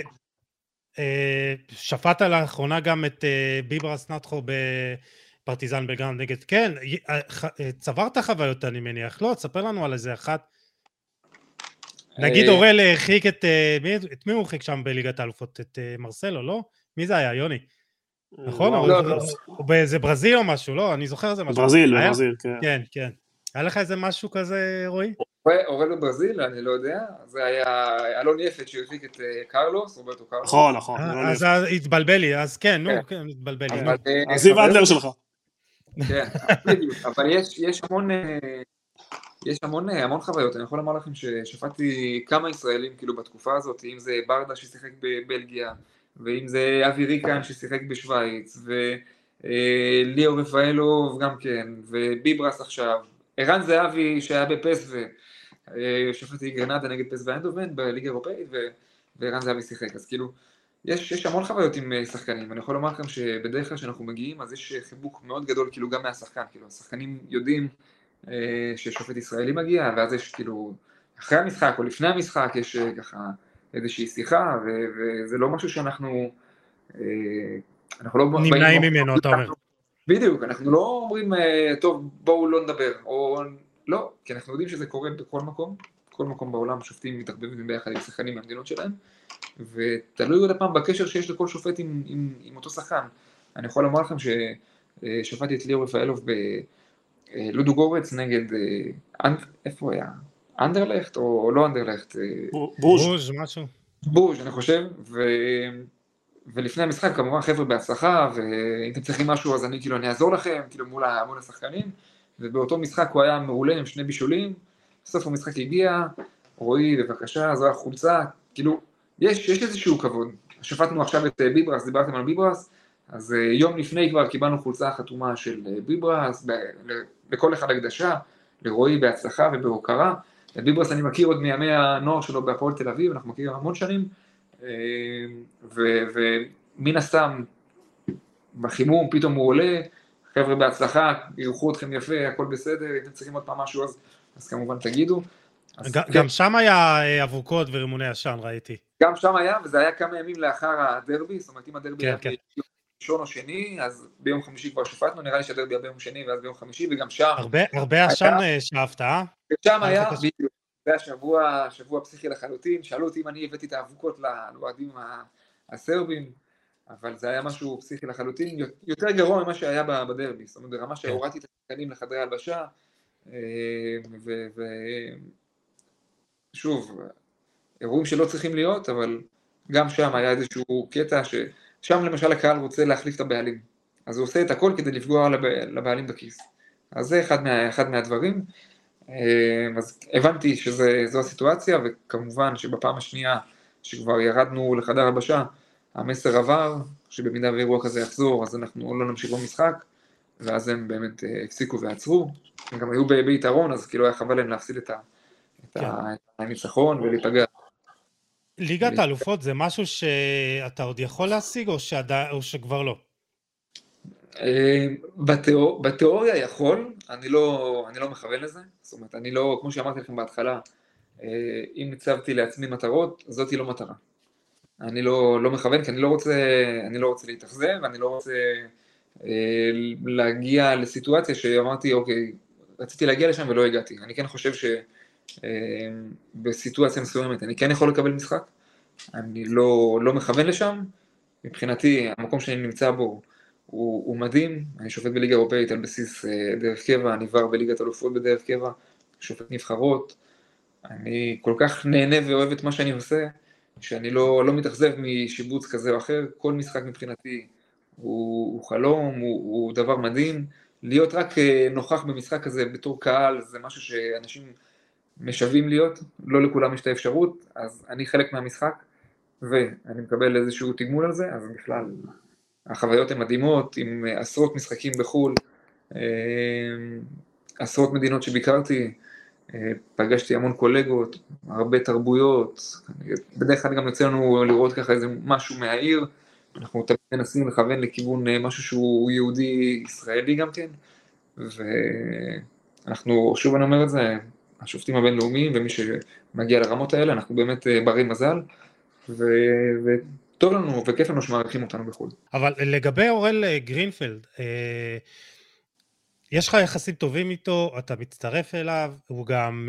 שפט לאחרונה גם את ביברס נטחו בפרטיזן בלגרד נגד, כן, צברת חוויות אני מניח, לא, תספר לנו על איזה אחת. נגיד אורל הרחיק את מי הוא הרחיק שם בליגת האלופות? את מרסלו, לא? מי זה היה, יוני? נכון? זה ברזיל או משהו, לא? אני זוכר איזה משהו. ברזיל, כן. כן, כן. היה לך איזה משהו כזה, רועי? אורל בברזיל, אני לא יודע, זה היה אלון יפת שהרחיק את קרלוס, רוברטו קרלוס. נכון. אז התבלבל לי, אז כן, נו, כן, התבלבל לי. אז זיו אדלר שלך. כן, אבל יש המון חוויות, אני יכול לומר לכם ששפטתי כמה ישראלים כאילו בתקופה הזאת, אם זה ברדה ששיחק בבלגיה, ואם זה אבי ריקן ששיחק בשוויץ, וליאו רפאלוב גם כן, וביברס עכשיו, ערן זהבי שהיה בפס ושפטתי גרנדה נגד פס ואנדובן בליגה האירופאית, וערן זהבי שיחק, אז כאילו, יש המון חוויות עם שחקנים, אני יכול לומר לכם שבדרך כלל שאנחנו מגיעים, אז יש חיבוק מאוד גדול כאילו גם מהשחקן, כאילו השחקנים יודעים ששופט ישראלי מגיע, ואז יש כאילו, אחרי המשחק או לפני המשחק יש ככה איזושהי שיחה, וזה לא משהו שאנחנו לא נמנעים ממנו, אתה אומר. בדיוק, אנחנו לא אומרים, טוב, בואו לא נדבר, או לא, כי אנחנו יודעים שזה קורה בכל מקום, בכל מקום בעולם שופטים מתערבבים ביחד עם שחקנים מהמדינות שלהם, ותלוי עוד הפעם בקשר שיש לכל שופט עם אותו שחקן. אני יכול לומר לכם ששפטתי את ליאו רפאלוב בלודו גורץ נגד, איפה היה? אנדרלכט או לא אנדרלכט? בוז' משהו. בוז' אני חושב, ולפני המשחק כמובן חבר'ה בהצלחה, ואם אתם צריכים משהו אז אני אעזור לכם, כאילו מול השחקנים, ובאותו משחק הוא היה מעולה עם 2 בישולים, בסוף המשחק הגיע, רועי בבקשה, זו החולצה, כאילו, יש איזשהו כבוד. שפטנו עכשיו את ביברס, דיברתם על ביברס, אז יום לפני כבר קיבלנו חולצה חתומה של ביברס, לכל אחד הקדשה, לרועי בהצלחה ובהוקרה. את ביברס אני מכיר עוד מימי הנוער שלו בהפועל תל אביב, אנחנו מכירים המון שנים, ומן הסתם, בחימום פתאום הוא עולה, חבר'ה בהצלחה, ירחו אתכם יפה, הכל בסדר, אם אתם צריכים עוד פעם משהו אז כמובן תגידו. גם שם היה אבוקות ורימוני עשן, ראיתי. גם שם היה, וזה היה כמה ימים לאחר הדרבי, זאת אומרת אם הדרבי היה ביום ראשון או שני, אז ביום חמישי כבר שפטנו, נראה לי שהדרבי היה ביום שני ואז ביום חמישי, וגם שם... הרבה עשן שאפת, ושם היה, בדיוק, זה היה שבוע פסיכי לחלוטין, שאלו אותי אם אני הבאתי את האבוקות לאוהדים הסרבים, אבל זה היה משהו פסיכי לחלוטין, יותר גרוע ממה שהיה בדרבי, זאת אומרת, ברמה שהורדתי את השחקנים לחדרי הלבשה, ושוב, אירועים שלא צריכים להיות, אבל גם שם היה איזשהו קטע ששם למשל הקהל רוצה להחליף את הבעלים, אז הוא עושה את הכל כדי לפגוע לבעלים בכיס, אז זה אחד מהדברים, אז הבנתי שזו הסיטואציה, וכמובן שבפעם השנייה שכבר ירדנו לחדר הלבשה, המסר עבר, שבמידה ואירוע כזה יחזור, אז אנחנו לא נמשיך במשחק, ואז הם באמת הפסיקו ועצרו, הם גם היו ביתרון, אז כאילו היה חבל להם להפסיד את כן. הניצחון ולהיפגע. ליגת האלופות זה משהו שאתה עוד יכול להשיג או שכבר לא? בתיאוריה יכול, אני לא מכוון לזה, זאת אומרת, אני לא, כמו שאמרתי לכם בהתחלה, אם הצבתי לעצמי מטרות, זאת היא לא מטרה. אני לא מכוון, כי אני לא רוצה להתאכזב, אני לא רוצה להגיע לסיטואציה שאמרתי, אוקיי, רציתי להגיע לשם ולא הגעתי. אני כן חושב שבסיטואציה מסוימת אני כן יכול לקבל משחק, אני לא מכוון לשם, מבחינתי המקום שאני נמצא בו הוא מדהים, אני שופט בליגה אירופאית על בסיס דרך קבע, אני עבר בליגת אלופות בדרך קבע, שופט נבחרות, אני כל כך נהנה ואוהב את מה שאני עושה, שאני לא מתאכזב משיבוץ כזה או אחר, כל משחק מבחינתי הוא חלום, הוא דבר מדהים, להיות רק נוכח במשחק כזה בתור קהל, זה משהו שאנשים משווים להיות, לא לכולם יש את האפשרות, אז אני חלק מהמשחק, ואני מקבל איזשהו תגמול על זה, אז בכלל, החוויות הן מדהימות, עם עשרות משחקים בחול, עשרות מדינות שביקרתי, פגשתי המון קולגות, הרבה תרבויות, בדרך כלל גם יוצא לנו לראות ככה איזה משהו מהעיר, אנחנו תמיד מנסים לכוון לכיוון משהו שהוא יהודי ישראלי גם כן, ואנחנו, שוב אני אומר את זה, השופטים הבינלאומיים ומי שמגיע לרמות האלה, אנחנו באמת ברי מזל, וטוב לנו וכיף לנו שמערכים אותנו בחו"ל. אבל לגבי אורל גרינפלד, יש לך יחסים טובים איתו, אתה מצטרף אליו, הוא גם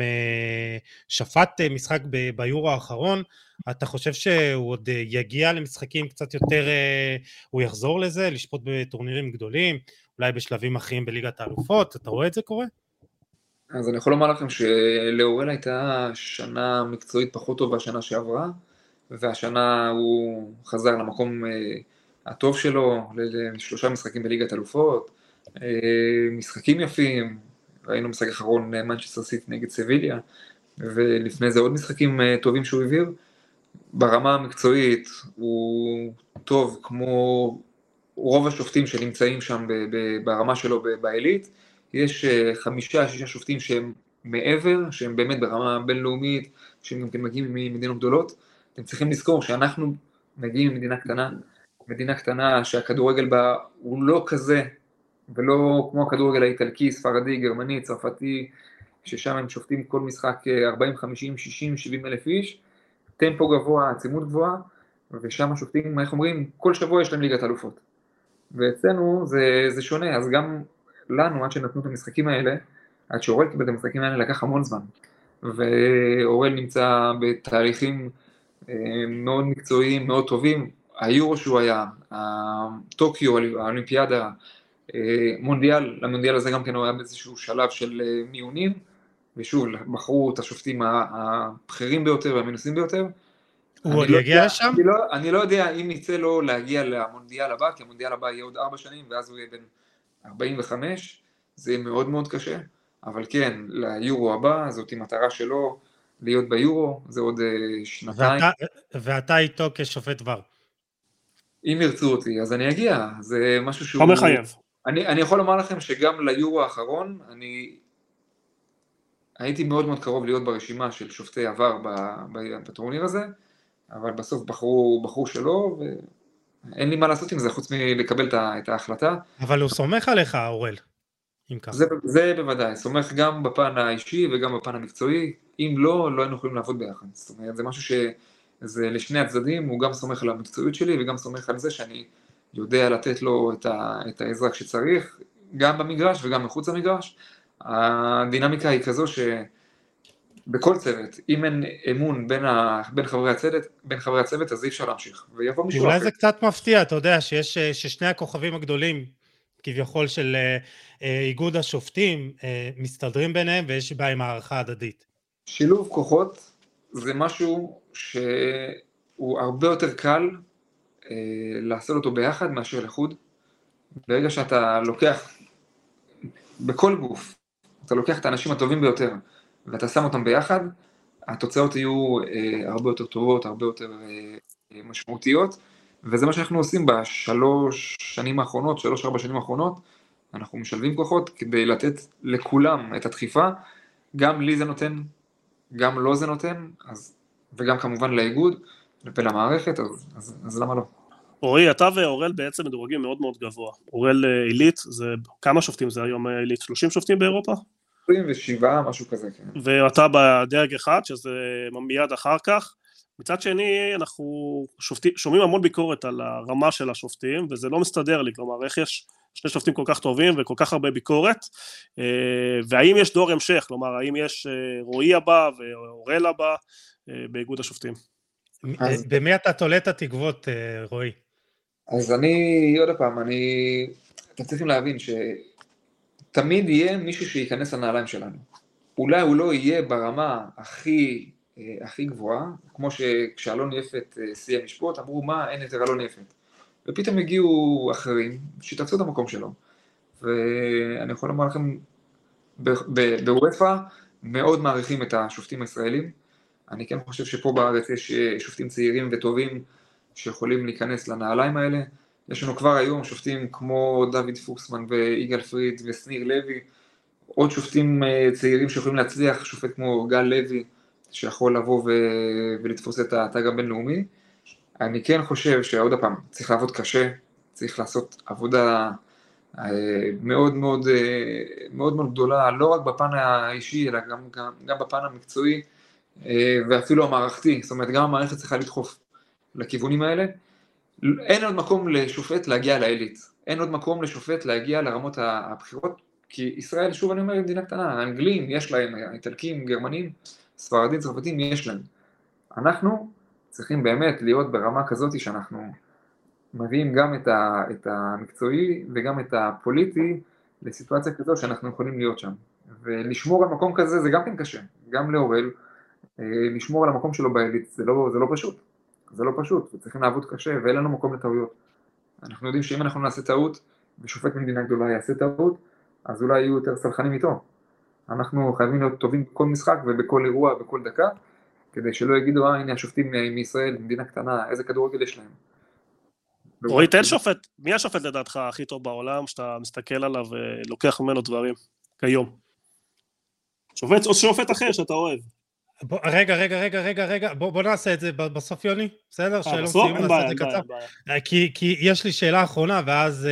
שפט משחק ביורו האחרון, אתה חושב שהוא עוד יגיע למשחקים קצת יותר, הוא יחזור לזה, לשפוט בטורנירים גדולים, אולי בשלבים אחרים בליגת האלופות, אתה רואה את זה קורה? אז אני יכול לומר לכם שלאורל הייתה שנה מקצועית פחות טובה שנה שעברה, והשנה הוא חזר למקום הטוב שלו, ל3 משחקים בליגת אלופות, משחקים יפים, ראינו משחק אחרון מנצ'סטר סיטי נגד סביליה, ולפני זה עוד משחקים טובים שהוא העביר. ברמה המקצועית הוא טוב כמו רוב השופטים שנמצאים שם ברמה שלו בעילית, יש 5-6 שופטים שהם מעבר, שהם באמת ברמה בינלאומית, שהם גם כן מגיעים ממדינות גדולות. אתם צריכים לזכור שאנחנו מגיעים מדינה קטנה שהכדורגל בה הוא לא כזה, ולא כמו הכדורגל האיטלקי, ספרדי, גרמני, צרפתי, ששם הם שופטים כל משחק 40, 50, 60, 70 אלף איש, טמפו גבוה, עצימות גבוהה, ושם השופטים, איך אומרים, כל שבוע יש להם ליגת אלופות. ואצלנו זה שונה, אז גם לנו, עד שנתנו את המשחקים האלה, עד שאורל קיבל את המשחקים האלה, לקח המון זמן. ואורל נמצא בתהליכים מאוד מקצועיים, מאוד טובים, היורו שהוא היה, טוקיו, האולימפיאדה, מונדיאל, למונדיאל הזה גם כן הוא היה באיזשהו שלב של מיונים, ושוב, בחרו את השופטים הבכירים ביותר והמנוסים ביותר. הוא עוד יגיע לשם? אני לא יודע אם יצא לו להגיע למונדיאל הבא, כי המונדיאל הבא יהיה עוד 4 שנים, ואז הוא יהיה בן 45, זה יהיה מאוד מאוד קשה, אבל כן, ליורו הבא, זאת היא מטרה שלו, להיות ביורו, זה עוד 2 שנים. ואתה איתו כשופט ור. אם ירצו אותי, אז אני אגיע, זה משהו שהוא... לא מחייב. אני יכול לומר לכם שגם ליורו האחרון, אני הייתי מאוד מאוד קרוב להיות ברשימה של שופטי עבר בטורניר הזה, אבל בסוף בחרו שלו, ואין לי מה לעשות עם זה, חוץ מלקבל את ההחלטה. אבל הוא סומך עליך, אורל, אם כך. זה בוודאי, סומך גם בפן האישי וגם בפן המקצועי, אם לא היינו יכולים לעבוד ביחד. זאת אומרת, זה משהו שזה לשני הצדדים, הוא גם סומך על המקצועיות שלי, וגם סומך על זה שאני יודע לתת לו את העזרה שצריך, גם במגרש וגם מחוץ למגרש. הדינמיקה היא כזו שבכל צוות, אם אין אמון בין חברי הצוות, אז אי אפשר להמשיך, ויבוא מישהו אחר. אולי זה קצת מפתיע, אתה יודע, ששני הכוכבים הגדולים, כביכול של איגוד השופטים, מסתדרים ביניהם, ויש בעיה עם הערכה הדדית. שילוב כוחות זה משהו שהוא הרבה יותר קל לעשות אותו ביחד מאשר לחוד. ברגע שאתה לוקח, בכל גוף, אתה לוקח את האנשים הטובים ביותר, ואתה שם אותם ביחד, התוצאות יהיו הרבה יותר טובות, הרבה יותר משמעותיות, וזה מה שאנחנו עושים בשלוש שנים האחרונות, 3-4 שנים האחרונות, אנחנו משלבים כוחות כדי לתת לכולם את הדחיפה, גם לי זה נותן, גם לו זה נותן, וגם כמובן לאיגוד, ולמערכת, אז למה לא? רועי, אתה ואורל בעצם מדורגים מאוד מאוד גבוה. אורל עילית, זה כמה שופטים זה היום עילית? 30 שופטים באירופה? 27, משהו כזה, כן. ואתה בדרג אחד, שזה מיד אחר כך. מצד שני, אנחנו שומעים המון ביקורת על הרמה של השופטים, וזה לא מסתדר לי, כלומר, איך יש שני שופטים כל כך טובים וכל כך הרבה ביקורת, והאם יש דור המשך, כלומר, האם יש רועי הבא ואורל הבא באיגוד השופטים? במי אתה תולה את התקוות, רועי? אז עוד פעם, אתם צריכים להבין שתמיד יהיה מישהו שייכנס לנעליים שלנו. אולי הוא לא יהיה ברמה הכי גבוהה, כמו שכשאלון יפת סיים לשפוט, אמרו מה, אין יותר אלון יפת. ופתאום הגיעו אחרים שתפסו את המקום שלו. ואני יכול לומר לכם, בוופא מאוד מעריכים את השופטים הישראלים. אני כן חושב שפה בארץ יש שופטים צעירים וטובים שיכולים להיכנס לנעליים האלה. יש לנו כבר היום שופטים כמו דוד פוקסמן ויגאל פריד וסניר לוי, עוד שופטים צעירים שיכולים להצליח, שופט כמו גל לוי, שיכול לבוא ולתפוס את התג הבינלאומי. אני כן חושב שעוד הפעם, צריך לעבוד קשה, צריך לעשות עבודה מאוד מאוד מאוד מאוד גדולה, לא רק בפן האישי, אלא גם בפן המקצועי, ואפילו המערכתי, זאת אומרת, גם המערכת צריכה לדחוף לכיוונים האלה. אין עוד מקום לשופט להגיע לאליט, אין עוד מקום לשופט להגיע לרמות הבחירות, כי ישראל, שוב אני אומר, היא מדינה קטנה, האנגלים יש להם, האיטלקים, גרמנים, ספרדים, צרפתים, יש להם. אנחנו צריכים באמת להיות ברמה כזאת שאנחנו מביאים גם את המקצועי וגם את הפוליטי לסיטואציה כזו שאנחנו יכולים להיות שם. ולשמור על מקום כזה זה גם כן קשה, גם לאורל, לשמור על המקום שלו באליט, זה לא פשוט. זה לא פשוט, וצריכים לעבוד קשה, ואין לנו מקום לטעויות. אנחנו יודעים שאם אנחנו נעשה טעות, ושופט ממדינה גדולה יעשה טעות, אז אולי יהיו יותר סלחנים איתו. אנחנו חייבים להיות טובים בכל משחק ובכל אירוע, בכל דקה, כדי שלא יגידו, הנה השופטים מישראל, מדינה קטנה, איזה כדורגל יש להם. רועי, תן שופט, מי השופט לדעתך הכי טוב בעולם, שאתה מסתכל עליו ולוקח ממנו דברים, כיום? שופט או שופט אחר שאתה אוהב? רגע, בוא נעשה את זה בסוף, יוני, בסדר? בסוף? אין בעיה. כי יש לי שאלה אחרונה, ואז,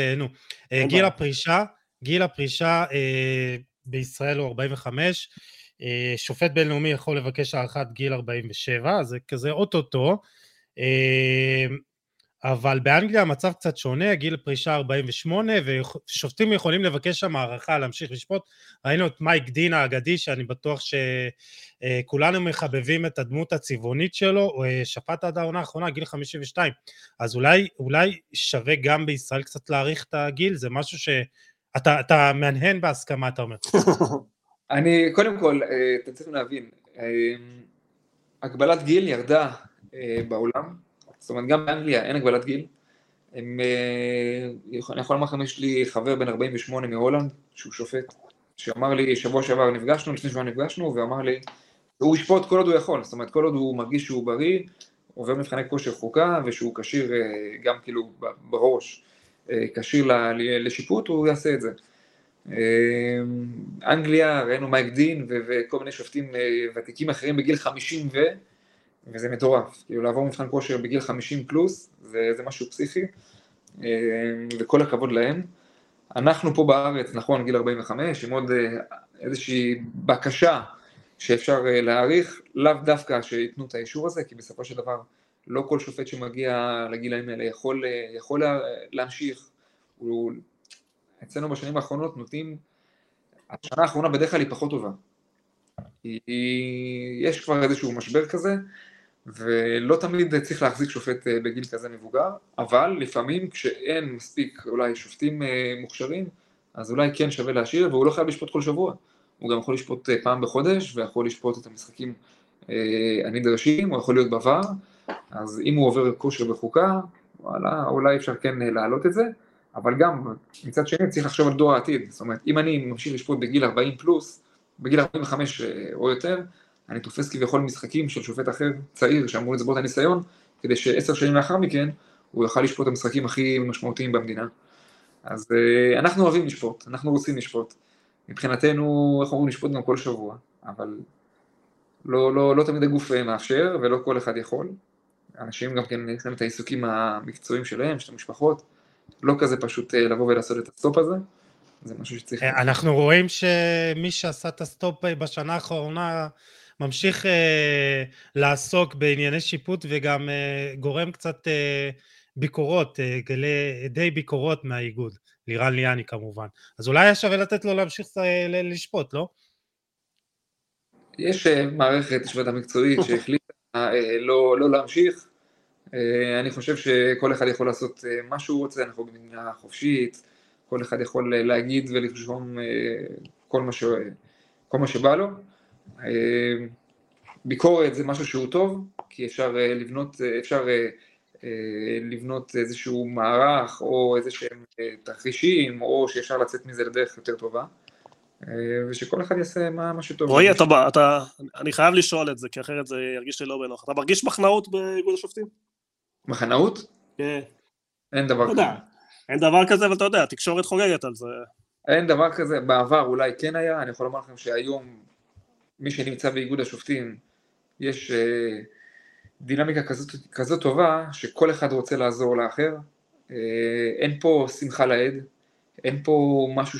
גיל הפרישה בישראל הוא 45, שופט בינלאומי יכול לבקש הארכת גיל 47, זה כזה אוטוטו, אבל באנגליה המצב קצת שונה, גיל פרישה 48, ושופטים יכולים לבקש שם הערכה להמשיך לשפוט. ראינו את מייק דין האגדי, שאני בטוח שכולנו מחבבים את הדמות הצבעונית שלו, הוא שפט עד העונה האחרונה, גיל 52. אז אולי שווה גם בישראל קצת להאריך את הגיל, זה משהו שאתה מהנהן בהסכמה, אתה אומר. קודם כל, אתם צריכים להבין, הגבלת גיל ירדה בעולם, זאת אומרת, גם באנגליה אין הגבלת גיל. אני יכול לומר לכם, יש לי חבר בן 48 מהולנד, שהוא שופט, שאמר לי, שבוע שעבר נפגשנו, לפני שבוע נפגשנו, ואמר לי, הוא ישפוט כל עוד הוא יכול, זאת אומרת, כל עוד הוא מרגיש שהוא בריא, עובר מבחני כושר חוקה, ושהוא קשיר גם כאילו בראש, קשיר לשיפוט, הוא יעשה את זה. אנגליה, ראינו מייק דין, וכל מיני שופטים ותיקים אחרים בגיל 50 וזה מטורף, כאילו לעבור מבחן כושר בגיל 50 פלוס, זה משהו פסיכי, וכל הכבוד להם. אנחנו פה בארץ, נכון, גיל 45, עם עוד איזושהי בקשה שאפשר להאריך, לאו דווקא שיתנו את האישור הזה, כי בסופו של דבר לא כל שופט שמגיע לגילאים האלה יכול להמשיך. אצלנו בשנים האחרונות נותנים, השנה האחרונה בדרך כלל היא פחות טובה. יש כבר איזשהו משבר כזה, ולא תמיד צריך להחזיק שופט בגיל כזה מבוגר, אבל לפעמים כשאין מספיק אולי שופטים מוכשרים, אז אולי כן שווה להשאיר, והוא לא חייב לשפוט כל שבוע, הוא גם יכול לשפוט פעם בחודש, ויכול לשפוט את המשחקים הנדרשים, הוא יכול להיות בעבר, אז אם הוא עובר כושר בחוקה, וואלה, אולי אפשר כן להעלות את זה, אבל גם מצד שני צריך לחשוב על דור העתיד, זאת אומרת, אם אני ממשיך לשפוט בגיל 40 פלוס, בגיל 45 או יותר, אני תופס כביכול משחקים של שופט אחר צעיר שאמור לצבור את הניסיון, כדי ש10 שנים לאחר מכן הוא יוכל לשפוט את המשחקים הכי משמעותיים במדינה. אז אנחנו אוהבים לשפוט, אנחנו רוצים לשפוט. מבחינתנו, איך אומרים, לשפוט גם כל שבוע, אבל לא תמיד הגוף מאפשר, ולא כל אחד יכול. אנשים גם כן יש להם את העיסוקים המקצועיים שלהם, של המשפחות, לא כזה פשוט לבוא ולעשות את הסטופ הזה, זה משהו שצריך... אנחנו רואים שמי שעשה את הסטופ בשנה האחרונה, ממשיך לעסוק בענייני שיפוט, וגם גורם קצת ביקורות, די ביקורות מהאיגוד, לירן ליאני כמובן. אז אולי היה שווה לתת לו להמשיך לשפוט, לא? יש מערכת השפט המקצועית שהחליטה לא להמשיך. אני חושב שכל אחד יכול לעשות מה שהוא רוצה, אנחנו במדינה חופשית, כל אחד יכול להגיד ולרשום כל מה שבא לו. ביקורת זה משהו שהוא טוב, כי אפשר לבנות איזשהו מערך או איזשהם תרחישים, או שאפשר לצאת מזה לדרך יותר טובה. ושכל אחד יעשה מה שטוב. רועי, אני חייב לשאול את זה, כי אחרת זה ירגיש לי לא בנוח. אתה מרגיש מחנאות באיגוד השופטים? מחנאות? כן. אין דבר כזה. אין דבר כזה, אבל אתה יודע, התקשורת חוגגת על זה. אין דבר כזה, בעבר אולי כן היה, אני יכול לומר לכם שהיום, מי שנמצא באיגוד השופטים, יש דינמיקה כזאת טובה, שכל אחד רוצה לעזור לאחר. אין פה שמחה לעד, אין פה משהו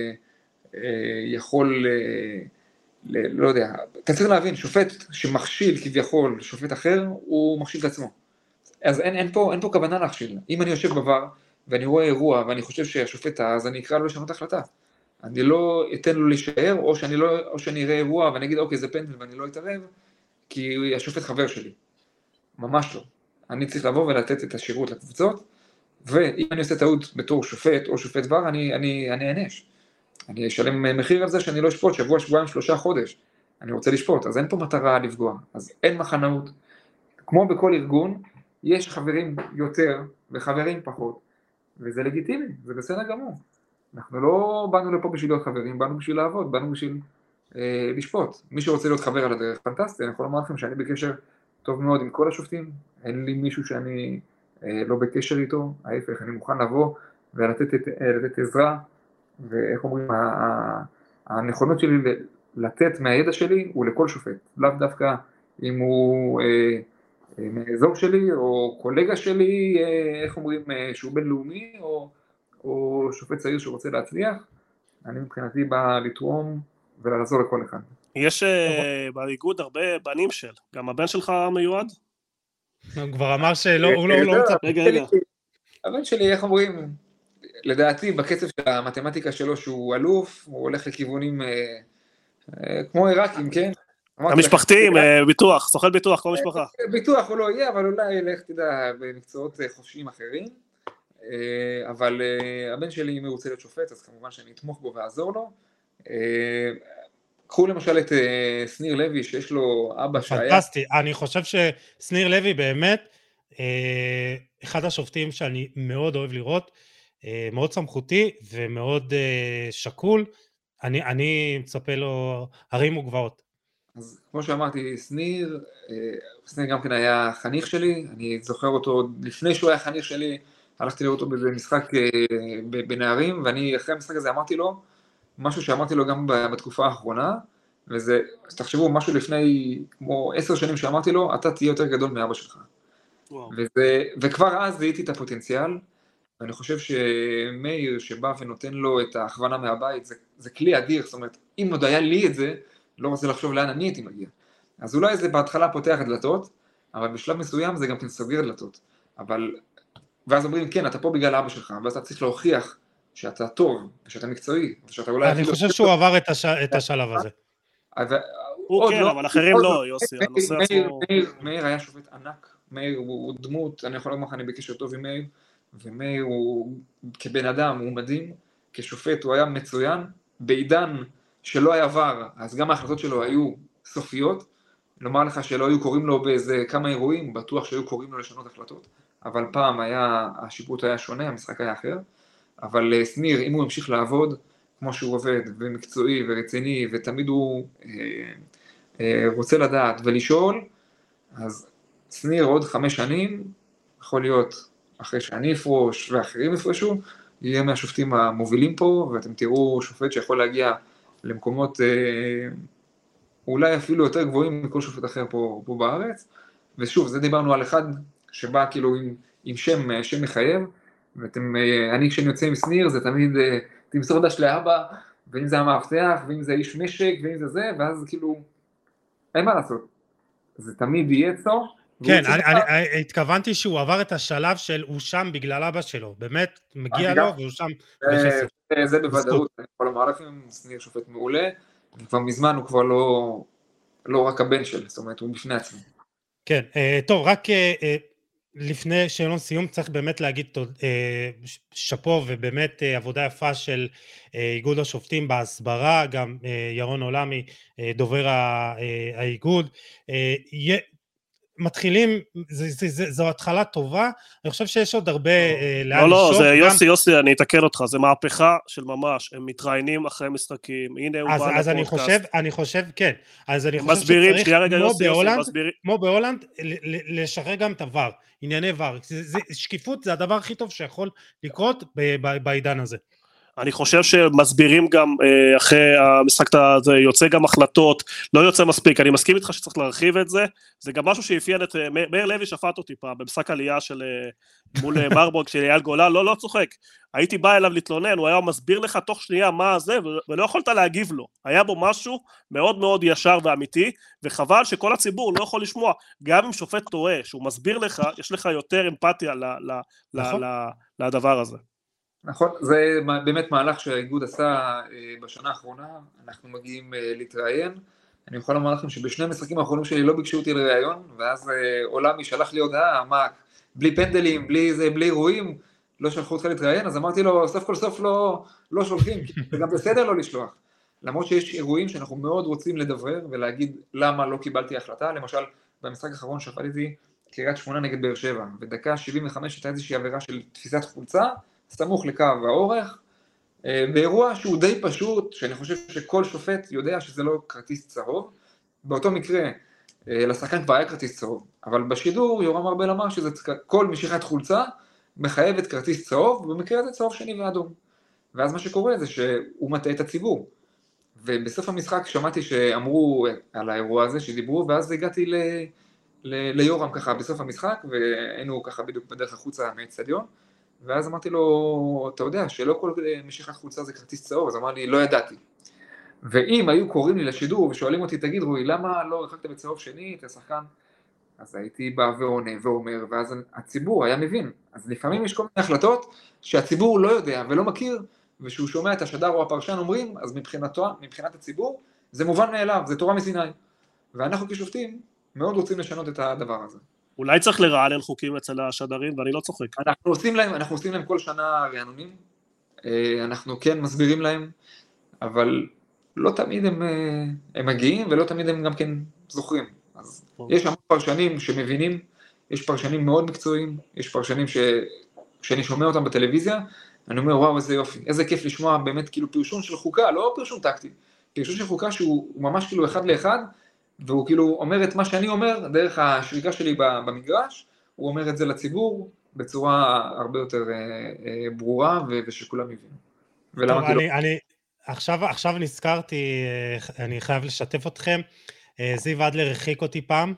שיכול, לא יודע, אתה צריך להבין, שופט שמכשיל כביכול שופט אחר, הוא מכשיל את עצמו. אז אין פה כוונה להכשיל. אם אני יושב בבר, ואני רואה אירוע, ואני חושב שהשופט אז אני אקרא לו לשנות החלטה. אני לא אתן לו להישאר, או שאני אראה אירוע, ואני אגיד, אוקיי, זה פנדל, ואני לא אתערב, כי השופט חבר שלי. ממש לא. אני צריך לבוא ולתת את השירות לקבוצות, ואם אני עושה טעות בתור שופט, או שופט ור, אני אענש. אני אשלם מחיר על זה שאני לא אשפוט, שבוע, שבועיים, 3 חודש. אני רוצה לשפוט, אז אין פה מטרה לפגוע. אז אין מחנאות. כמו בכל ארגון, יש חברים יותר וחברים פחות, וזה לגיטימי, זה בסדר גמור. אנחנו לא באנו לפה בשביל להיות חברים, באנו בשביל לעבוד, באנו בשביל לשפוט. מי שרוצה להיות חבר על הדרך, פנטסטי, אני יכול לומר לכם שאני בקשר טוב מאוד עם כל השופטים, אין לי מישהו שאני לא בקשר איתו, ההפך, אני מוכן לבוא ולתת עזרה, ואיך אומרים, הנכונות שלי לתת מהידע שלי הוא לכל שופט, לאו דווקא אם הוא מאזור שלי, או קולגה שלי, איך אומרים, שהוא בינלאומי, או שופט צעיר שרוצה להצליח, אני מבחינתי בא לתרום ולעזור לכל אחד. יש באיגוד הרבה בנים של, גם הבן שלך מיועד? הוא כבר אמר שלא, הוא לא מצא. רגע. הבן שלי, איך אומרים, לדעתי, בקצב של המתמטיקה שלו שהוא אלוף, הוא הולך לכיוונים כמו עיראקים, כן? המשפחתיים, ביטוח, סוכן ביטוח, כל משפחה. ביטוח הוא לא יהיה, אבל אולי לך תדע במקצועות חופשיים אחרים. אבל הבן שלי, אם הוא רוצה להיות שופט, אז כמובן שאני אתמוך בו ואעזור לו. קחו למשל את שניר לוי, שיש לו אבא שהיה... פנטסטי, אני חושב ששניר לוי באמת, אחד השופטים שאני מאוד אוהב לראות, מאוד סמכותי ומאוד שקול, אני מצפה לו הרים וגבעות. אז כמו שאמרתי, שניר גם כן היה חניך שלי, אני זוכר אותו לפני שהוא היה חניך שלי, הלכתי לראות אותו באיזה משחק בנערים, ואני אחרי המשחק הזה אמרתי לו, משהו שאמרתי לו גם בתקופה האחרונה, וזה, אז תחשבו, משהו לפני כמו 10 שנים שאמרתי לו, אתה תהיה יותר גדול מאבא שלך. וכבר אז זיהיתי את הפוטנציאל, ואני חושב שמאיר שבא ונותן לו את ההכוונה מהבית, זה כלי אדיר, זאת אומרת, אם עוד היה לי את זה, לא רוצה לחשוב לאן אני הייתי מגיע. אז אולי זה בהתחלה פותח דלתות, אבל בשלב מסוים זה גם כן סוגר דלתות. ואז אומרים, כן, אתה פה בגלל אבא שלך, ואז אתה צריך להוכיח שאתה טוב, ושאתה מקצועי, ושאתה אולי... אני חושב שהוא עבר את השלב הזה. הוא כן, אבל אחרים לא, יוסי, הנושא עצמו... מאיר היה שופט ענק, מאיר הוא דמות, אני יכול לומר לך, אני בקשר טוב עם מאיר, ומאיר הוא כבן אדם, הוא מדהים, כשופט הוא היה מצוין, בעידן שלא היה עבר, אז גם ההחלטות שלו היו סופיות, לומר לך שלא היו קוראים לו באיזה כמה אירועים, בטוח שהיו קוראים לו לשנות החלטות, אבל פעם השיפוט היה שונה, המשחק היה אחר, אבל שניר, אם הוא המשיך לעבוד, כמו שהוא עובד, ומקצועי ורציני, ותמיד הוא רוצה לדעת ולשאול, אז שניר עוד 5 שנים, יכול להיות אחרי שאני אפרוש ואחרים יפרשו, יהיה מהשופטים המובילים פה, ואתם תראו שופט שיכול להגיע למקומות אולי אפילו יותר גבוהים מכל שופט אחר פה בארץ, ושוב, זה דיברנו על אחד שבא כאילו עם שם מחייב, אני כשאני יוצא עם שניר זה תמיד תמסור דש לאבא, ואם זה המאבטח, ואם זה איש משק, ואם זה זה, ואז כאילו, אין מה לעשות, זה תמיד יהיה צור. כן, אני התכוונתי שהוא עבר את השלב של הוא שם בגלל אבא שלו, באמת מגיע לו והוא שם בחסד. זה בוודאות, אני יכול לומר לכם, שניר שופט מעולה, כבר מזמן הוא כבר לא רק הבן של, זאת אומרת, הוא בפני עצמו. כן, טוב, רק לפני שאלון סיום צריך באמת להגיד שפו ובאמת עבודה יפה של איגוד השופטים בהסברה, גם ירון עולמי, דובר האיגוד, מתחילים, זו התחלה טובה, אני חושב שיש עוד הרבה לאן לשאוף. לא, זה יוסי, אני אתקן אותך, זה מהפכה של ממש, הם מתראיינים אחרי משחקים, הנה הוא בא לפודקאסט. אני חושב, כן, אז אני חושב מסבירים, שצריך, כמו בהולנד, לשחרר גם את הוואר, ענייני וואר, שקיפות זה הדבר הכי טוב שיכול לקרות בעידן הזה. אני חושב שמסבירים גם אחרי המשחק הזה, יוצא גם החלטות, לא יוצא מספיק, אני מסכים איתך שצריך להרחיב את זה, זה גם משהו שאפיין את, מאיר לוי שפט אותי פעם, במשחק עלייה של מול מרבורג של אייל גולן, לא צוחק, הייתי בא אליו להתלונן, הוא היה מסביר לך תוך שנייה מה זה, ולא יכולת להגיב לו, היה בו משהו מאוד מאוד ישר ואמיתי, וחבל שכל הציבור לא יכול לשמוע, גם אם שופט טועה, שהוא מסביר לך, יש לך יותר אמפתיה לדבר הזה. נכון, זה באמת מהלך שהאיגוד עשה בשנה האחרונה, אנחנו מגיעים להתראיין, אני יכול לומר לכם שבשני המשחקים האחרונים שלי לא ביקשו אותי לראיון, ואז עולמי שלח לי הודעה, מה, בלי פנדלים, בלי אירועים, לא שלחו אותך להתראיין, אז אמרתי לו, סוף כל סוף לא שולחים, זה גם בסדר לא לשלוח, למרות שיש אירועים שאנחנו מאוד רוצים לדברר ולהגיד למה לא קיבלתי החלטה, למשל במשחק האחרון שפטתי קריית שמונה נגד באר שבע, ודקה 75 הייתה איזושהי עבירה של תפיסת חולצה, סמוך לקו האורך, באירוע שהוא די פשוט, שאני חושב שכל שופט יודע שזה לא כרטיס צהוב, באותו מקרה לשחקן כבר היה כרטיס צהוב, אבל בשידור יורם ארבל אמר שזה כל משיכת חולצה מחייבת כרטיס צהוב, ובמקרה הזה צהוב שני ואדום, ואז מה שקורה זה שהוא מטעה את הציבור, ובסוף המשחק שמעתי שאמרו על האירוע הזה שדיברו, ואז הגעתי ליורם ככה בסוף המשחק, והיינו ככה בדיוק בדרך החוצה מהאצטדיון, ואז אמרתי לו, אתה יודע, שלא כל משיכת חולצה זה כרטיס צהוב, אז אמר לי, לא ידעתי. ואם היו קוראים לי לשידור ושואלים אותי, תגיד רועי, למה לא הרחקת בצהוב שני, אתה שחקן? אז הייתי בא ועונה ואומר, ואז הציבור היה מבין. אז לפעמים יש כל מיני החלטות שהציבור לא יודע ולא מכיר, ושהוא שומע את השדר או הפרשן אומרים, אז מבחינת הציבור, זה מובן מאליו, זה תורה מסיני. ואנחנו כשופטים מאוד רוצים לשנות את הדבר הזה. אולי צריך לרענן חוקים אצל השדרים, ואני לא צוחק. אנחנו עושים להם כל שנה רענונים, אנחנו כן מסבירים להם, אבל לא תמיד הם מגיעים, ולא תמיד הם גם כן זוכרים. אז יש המון פרשנים שמבינים, יש פרשנים מאוד מקצועיים, יש פרשנים שאני שומע אותם בטלוויזיה, אני אומר, וואו, איזה יופי, איזה כיף לשמוע באמת כאילו פרשון של חוקה, לא פרשון טקטי, פרשון של חוקה שהוא ממש כאילו אחד לאחד, והוא כאילו אומר את מה שאני אומר, דרך השריקה שלי במגרש, הוא אומר את זה לציבור בצורה הרבה יותר ברורה, ושכולם יבינו. טוב, עכשיו נזכרתי, אני חייב לשתף אתכם, זיו אדלר הרחיק אותי פעם.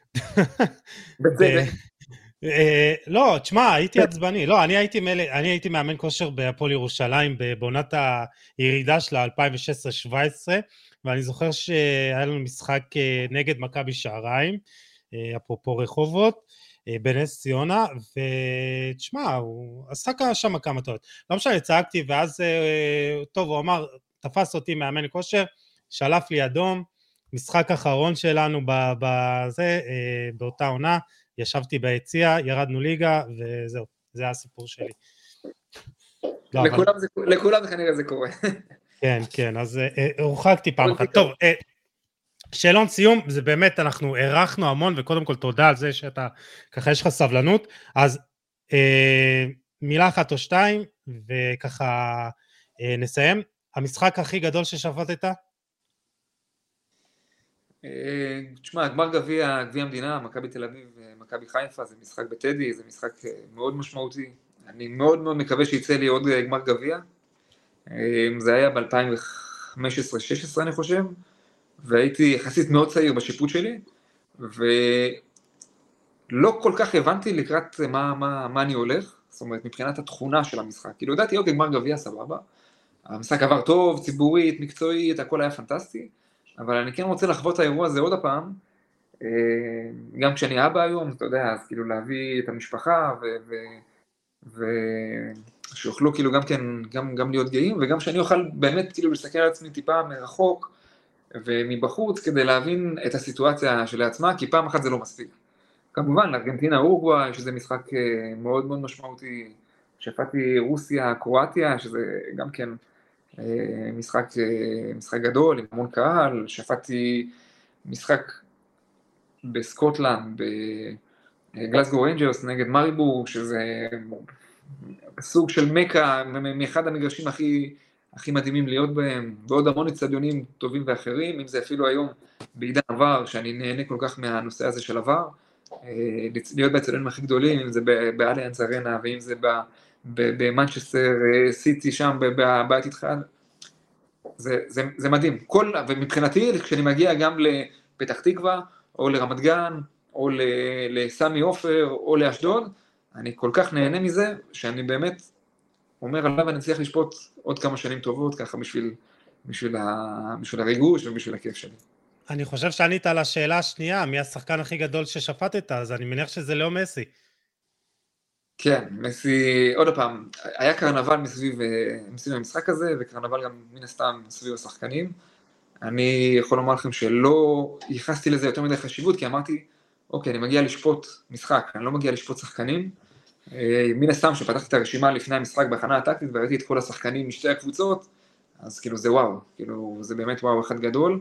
בצדק. לא, תשמע, הייתי עצבני, לא, אני הייתי מאמן כושר בהפועל ירושלים, בעונת הירידה שלה 2016-2017, ואני זוכר שהיה לנו משחק נגד מכבי שעריים, אפרופו רחובות, בנס ציונה, ותשמע, הוא עשה שם כמה טעות. לא משנה, צעקתי, ואז, טוב, הוא אמר, תפס אותי מאמן כושר, שלף לי אדום, משחק אחרון שלנו בזה, באותה עונה, ישבתי ביציאה, ירדנו ליגה, וזהו, זה היה הסיפור שלי. לכולם כנראה זה קורה. כן, כן, אז הורחקתי פעם אחת. טוב, שאלון סיום, זה באמת, אנחנו ערכנו המון, וקודם כל תודה על זה שאתה, ככה יש לך סבלנות, אז מילה אחת או שתיים, וככה נסיים. המשחק הכי גדול ששפטת? תשמע, גמר גביע המדינה, מכבי תל אביב, מכבי חיפה, זה משחק בטדי, זה משחק מאוד משמעותי. אני מאוד מאוד מקווה שיצא לי עוד גמר גביע. זה היה ב-2015-16 אני חושב, והייתי יחסית מאוד צעיר בשיפוט שלי, ולא כל כך הבנתי לקראת מה אני הולך, זאת אומרת מבחינת התכונה של המשחק. כאילו ידעתי, אוקיי, גמר גביע סבבה, המשחק עבר טוב, ציבורית, מקצועית, הכל היה פנטסטי, אבל אני כן רוצה לחוות את האירוע הזה עוד הפעם, גם כשאני אבא היום, אתה יודע, אז כאילו להביא את המשפחה ושיוכלו כאילו גם כן, גם להיות גאים, וגם שאני אוכל באמת כאילו להסתכל על עצמי טיפה מרחוק ומבחוץ כדי להבין את הסיטואציה שלעצמה, כי פעם אחת זה לא מספיק. כמובן, ארגנטינה, אורוגוואי, שזה משחק מאוד מאוד משמעותי, שפטתי רוסיה, קרואטיה, שזה גם כן משחק גדול עם המון קהל, שפטתי משחק בסקוטלנד, בגלסגו ריינג'רס נגד מריבור, שזה סוג של מקה, מאחד המגרשים הכי מדהימים להיות בהם, ועוד המון אצטדיונים טובים ואחרים, אם זה אפילו היום בעידן עבר, שאני נהנה כל כך מהנושא הזה של עבר, להיות באצטדיונים הכי גדולים, אם זה באליאנס ארנה, ואם זה במנצ'סטר סיטי שם, בבית איתך, זה מדהים. ומבחינתי, כשאני מגיע גם לפתח תקווה, או לרמת גן, או לסמי עופר, או לאשדוד, אני כל כך נהנה מזה, שאני באמת אומר עליו, אני צריך לשפוט עוד כמה שנים טובות, ככה בשביל הריגוש ובשביל הכיף שלי. אני חושב שענית על השאלה השנייה, מי השחקן הכי גדול ששפטת, אז אני מניח שזה לא מסי. כן, מסי, עוד פעם, היה קרנבל מסביב המשחק הזה, וקרנבל גם מן הסתם סביב השחקנים. אני יכול לומר לכם שלא ייחסתי לזה יותר מדי חשיבות, כי אמרתי, אוקיי, אני מגיע לשפוט משחק, אני לא מגיע לשפוט שחקנים. מן הסתם שפתחתי את הרשימה לפני המשחק בהכנה הטקטית, וראיתי את כל השחקנים משתי הקבוצות, אז כאילו זה וואו, כאילו זה באמת וואו אחד גדול.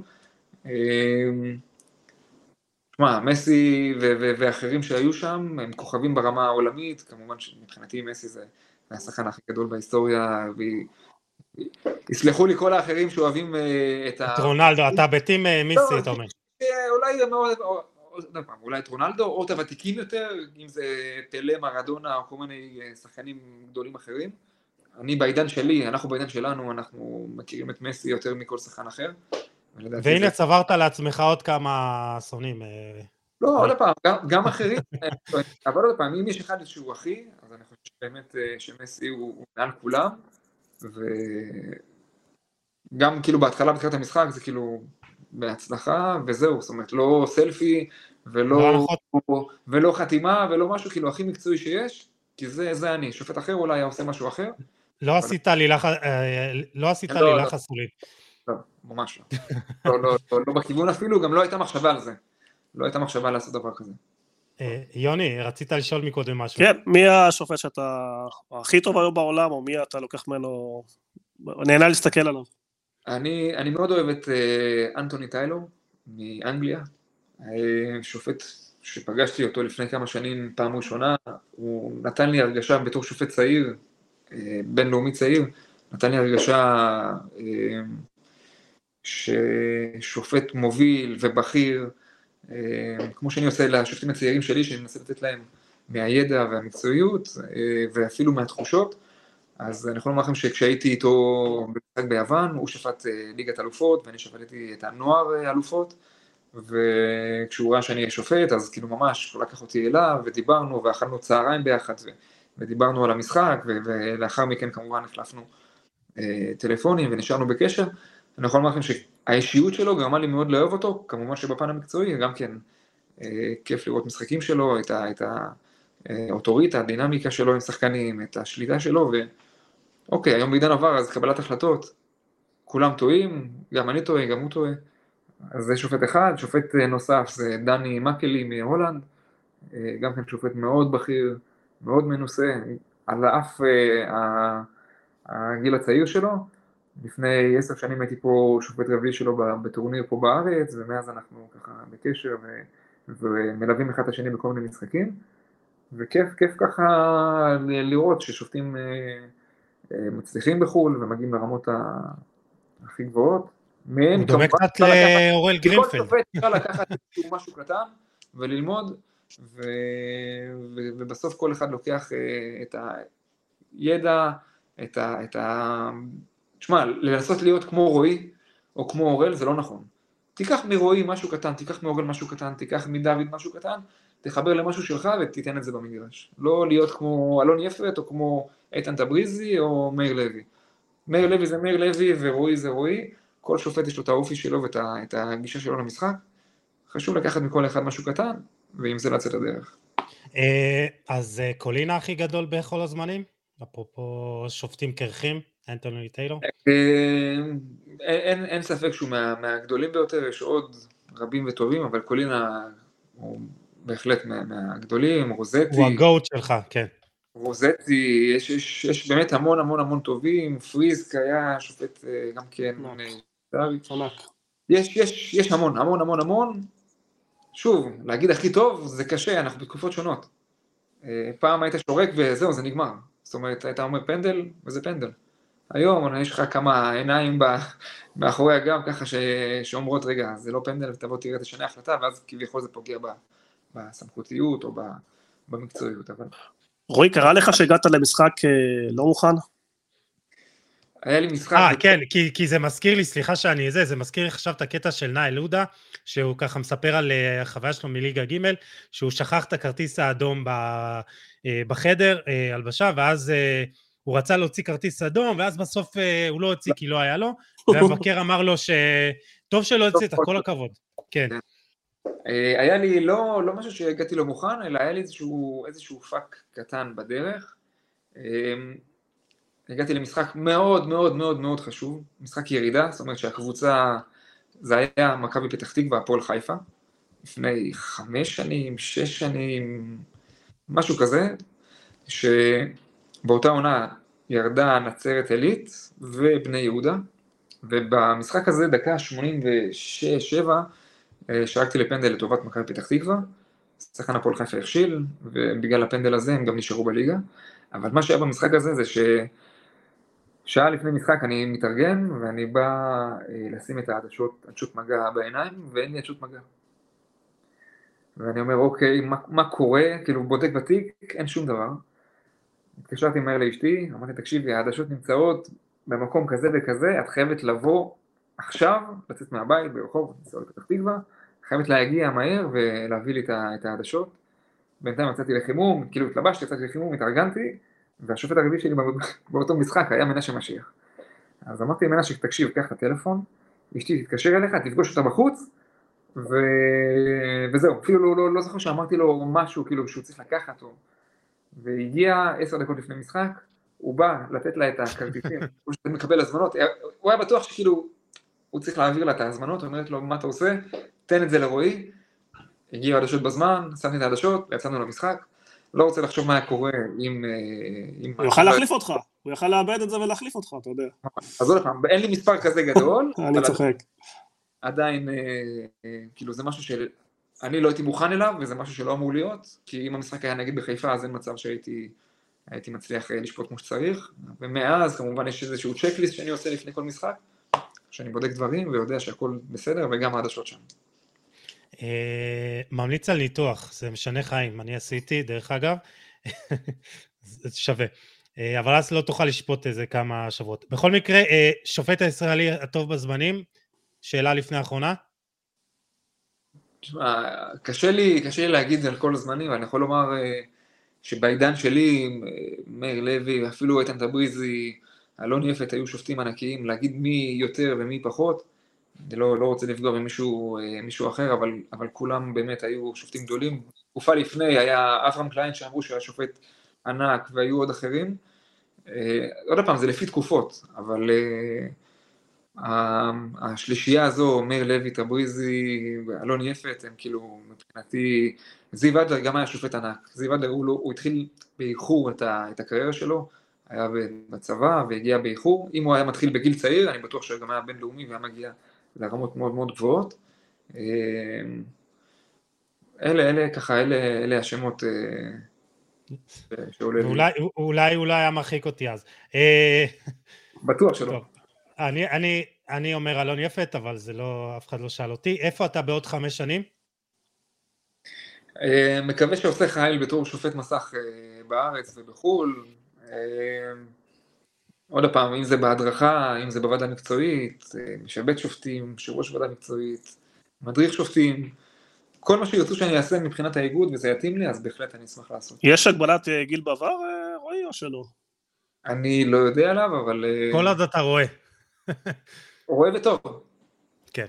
תשמע, מסי ואחרים שהיו שם, הם כוכבים ברמה העולמית, כמובן שמבחינתי מסי זה השחקן הכי גדול בהיסטוריה, ויסלחו לי כל האחרים שאוהבים את רונלדו, אתה בטים מיסי, אתה אומר. אולי את רונלדו, או את הוותיקים יותר, אם זה פלה, מרדונה, או כל מיני שחקנים גדולים אחרים. אנחנו בעידן שלנו, אנחנו מכירים את מסי יותר מכל שחקן אחר. והנה צברת לעצמך עוד כמה אסונים. לא, עוד פעם, גם אחרים, אבל עוד פעם, אם יש אחד שהוא אחי, אז אני חושב שבאמת שמסי הוא מעל כולם, וגם כאילו בהתחלה בתחילת המשחק זה כאילו בהצלחה, וזהו, זאת אומרת, לא סלפי, ולא חתימה, ולא משהו כאילו הכי מקצועי שיש, כי זה אני, שופט אחר אולי היה עושה משהו אחר. לא עשית לי לחץ סוליד. לא, ממש לא. לא בכיוון אפילו, גם לא הייתה מחשבה על זה. לא הייתה מחשבה לעשות דבר כזה. יוני, רצית לשאול מקודם משהו. כן, מי השופט שאתה הכי טוב היום בעולם, או מי אתה לוקח ממנו, נהנה להסתכל עליו? אני מאוד אוהב את אנטוני טיילור, מאנגליה. שופט שפגשתי אותו לפני כמה שנים, פעם ראשונה, הוא נתן לי הרגשה בתור שופט צעיר, בינלאומי צעיר, נתן לי הרגשה ששופט מוביל ובכיר, כמו שאני עושה לשופטים הצעירים שלי, שאני מנסה לתת להם מהידע והמקצועיות, ואפילו מהתחושות. אז אני יכול לומר לכם שכשהייתי איתו במשחק ביוון, הוא שפט ליגת אלופות, ואני שפטתי את הנוער אלופות, וכשהוא ראה שאני שופט, אז כאילו ממש הוא לקח אותי אליו, ודיברנו, ואכלנו צהריים ביחד, ודיברנו על המשחק, ולאחר מכן כמובן החלפנו טלפונים, ונשארנו בקשר. אני יכול לומר לכם שהאישיות שלו גרמה לי מאוד לאהוב אותו, כמובן שבפן המקצועי, גם כן כיף לראות משחקים שלו, את האוטוריטה, הדינמיקה שלו עם שחקנים, את השליטה שלו, ואוקיי, היום בעידן עבר, אז קבלת החלטות, כולם טועים, גם אני טועה, גם הוא טועה, אז זה שופט אחד. שופט נוסף זה דני מקלי מהולנד, גם כן שופט מאוד בכיר, מאוד מנוסה, על אף הגיל הצעיר שלו. לפני 10 שנים הייתי פה שופט רביעי שלו בטורניר פה בארץ, ומאז אנחנו ככה בקשר ומלווים אחד את השני בכל מיני משחקים, וכיף ככה לראות ששופטים מצליחים בחול ומגיעים לרמות הכי גבוהות. מהם הוא דומה כמובן קצת לאורל מכל גרינפלד. שופט אפשר לקחת משהו קטן וללמוד, ובסוף כל אחד לוקח את הידע, תשמע, לנסות להיות כמו רועי או כמו אורל זה לא נכון. תיקח מרועי משהו קטן, תיקח מאורל משהו קטן, תיקח מדוד משהו קטן, תחבר למשהו שלך ותיתן את זה במגרש. לא להיות כמו אלון יפת או כמו איתן טבריזי או מאיר לוי. מאיר לוי זה מאיר לוי ורועי זה רועי, כל שופט יש לו את האופי שלו ואת הגישה שלו למשחק. חשוב לקחת מכל אחד משהו קטן, ועם זה לצאת לדרך. אז קולינה הכי גדול בכל הזמנים? אפרופו שופטים קרחים, אנטוני טיילור? אין ספק שהוא מהגדולים ביותר, יש עוד רבים וטובים, אבל קולינה הוא בהחלט מהגדולים, רוזטי. הוא הגוט שלך, כן. רוזטי, יש באמת המון המון המון טובים, פריזק היה שופט גם כן. יש המון המון המון המון. שוב, להגיד הכי טוב זה קשה, אנחנו בתקופות שונות. פעם היית שורק וזהו, זה נגמר. זאת אומרת, היית אומר פנדל, וזה פנדל. היום יש לך כמה עיניים מאחורי הגב, ככה שאומרות, רגע, זה לא פנדל, ותבוא תראה תשנה החלטה, ואז כביכול זה פוגע בסמכותיות או במקצועיות. רועי, קרא לך שהגעת למשחק לא מוכן? היה לי משחק... כן, כי זה מזכיר לי, סליחה שאני זה מזכיר לי עכשיו את הקטע של נאי לודה, שהוא ככה מספר על החוויה שלו מליגה ג' שהוא שכח את הכרטיס האדום בחדר, הלבשה, ואז הוא רצה להוציא כרטיס אדום, ואז בסוף הוא לא הוציא כי לא היה לו, והמבקר אמר לו שטוב שלא הוציא את כל הכבוד. כן. היה לי לא משהו שהגעתי לא מוכן, אלא היה לי איזשהו פאק קטן בדרך. הגעתי למשחק מאוד מאוד מאוד מאוד חשוב, משחק ירידה, זאת אומרת שהקבוצה, זה היה מכבי פתח תקווה, הפועל חיפה, לפני 5 שנים, 6 שנים, משהו כזה, שבאותה עונה ירדה נצרת עילית ובני יהודה, ובמשחק הזה דקה 86-7, שרקתי לפנדל לטובת מכבי פתח תקווה, שחקן הפועל חיפה הכשיל, ובגלל הפנדל הזה הם גם נשארו בליגה, אבל מה שהיה במשחק הזה זה שעה לפני משחק אני מתארגן, ואני בא לשים את העדשות מגע בעיניים, ואין לי עדשות מגע. ואני אומר, אוקיי, מה קורה? כאילו, בודק בתיק, אין שום דבר. התקשרתי מהר לאשתי, אמרתי, תקשיבי, העדשות נמצאות במקום כזה וכזה, את חייבת לבוא עכשיו, לצאת מהבית, ברחוב, נסוע לפתח תקווה, חייבת להגיע מהר ולהביא לי את העדשות. בינתיים יצאתי לחימום, כאילו התלבשתי, יצאתי לחימום, התארגנתי, והשופט הרביעי שלי באותו משחק היה מנשה משיח. אז אמרתי למנשה, תקשיב, קח את הטלפון, אשתי תתקשר אליך, תפגוש אותה בחוץ, וזהו, אפילו לא זוכר שאמרתי לו משהו כאילו שהוא צריך לקחת, והגיע 10 דקות לפני משחק, הוא בא לתת לה את הכרטיסים, הוא מקבל הזמנות, הוא היה בטוח שכאילו, הוא צריך להעביר לה את ההזמנות, אומרת לו, מה אתה עושה? תן את זה לרועי, הגיעו העדשות בזמן, שמתי את העדשות, ויצאנו למשחק, לא רוצה לחשוב מה היה קורה עם... הוא יוכל להחליף אותך, הוא יוכל לאבד את זה ולהחליף אותך, אתה יודע. אז עוד פעם, אין לי מספר כזה גדול. אני צוחק. עדיין, כאילו זה משהו שאני לא הייתי מוכן אליו, וזה משהו שלא אמור להיות, כי אם המשחק היה נגיד בחיפה, אז אין מצב שהייתי מצליח לשפוט כמו שצריך, ומאז כמובן יש איזשהו צ'קליסט שאני עושה לפני כל משחק, שאני בודק דברים ויודע שהכל בסדר, וגם העדשות שם. ממליץ על ניתוח, זה משנה חיים, אני עשיתי, דרך אגב, זה שווה, אבל אז לא תוכל לשפוט איזה כמה שבועות. בכל מקרה, שופט הישראלי הטוב בזמנים, שאלה לפני האחרונה? קשה לי להגיד על כל הזמנים, אני יכול לומר שבעידן שלי, מאיר לוי, אפילו איתן טבריזי, אלון יפת היו שופטים ענקיים, להגיד מי יותר ומי פחות, אני לא רוצה לפגוע במישהו אחר, אבל כולם באמת היו שופטים גדולים. תקופה לפני היה אברהם קליין שאמרו שהיה שופט ענק, והיו עוד אחרים. עוד פעם, זה לפי תקופות, אבל השלישייה הזו, מאיר לוי, טבריזי, אלון יפת, הם כאילו מבחינתי, זיו אדלר גם היה שופט ענק. זיו אדלר הוא התחיל באיחור את הקריירה שלו, היה בצבא והגיע באיחור. אם הוא היה מתחיל בגיל צעיר, אני בטוח שגם היה בינלאומי והיה מגיע לרמות מאוד מאוד גבוהות. אלה השמות שעולה לי. אולי היה מרחיק אותי אז. בטוח שלא. אני אני אומר אלון יפת, אבל זה לא, אף אחד לא שאל אותי. איפה אתה בעוד 5 שנים? מקווה שעושה חייל בתור שופט מסך בארץ ובחול. עוד פעם, אם זה בהדרכה, אם זה בוועדה מקצועית, משבט שופטים, ראש ועדה מקצועית, מדריך שופטים, כל מה שירצו שאני אעשה מבחינת האיגוד וזה יתאים לי, אז בהחלט אני אשמח לעשות. יש הגבלת גיל בעבר, רועי, או שלא? אני לא יודע עליו, אבל... כל עוד אתה רואה. רואה וטוב. כן.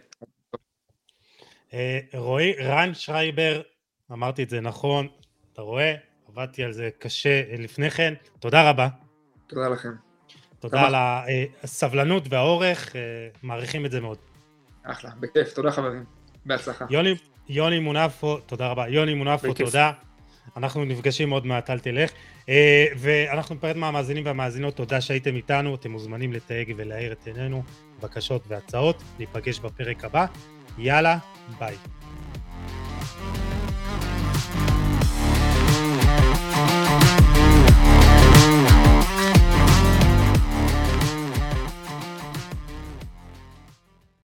רועי, רן שרייבר, אמרתי את זה נכון, אתה רואה, עבדתי על זה קשה לפני כן, תודה רבה. תודה לכם. תודה על הסבלנות והאורך, מעריכים את זה מאוד. אחלה, בכיף, תודה חברים, בהצלחה. יוני מונפו, תודה רבה, יוני מונפו, תודה. אנחנו נפגשים עוד מעט, אל תלך. ואנחנו נפרד מהמאזינים והמאזינות, תודה שהייתם איתנו, אתם מוזמנים לתייג ולהאיר את עינינו, בקשות והצעות, ניפגש בפרק הבא, יאללה, ביי.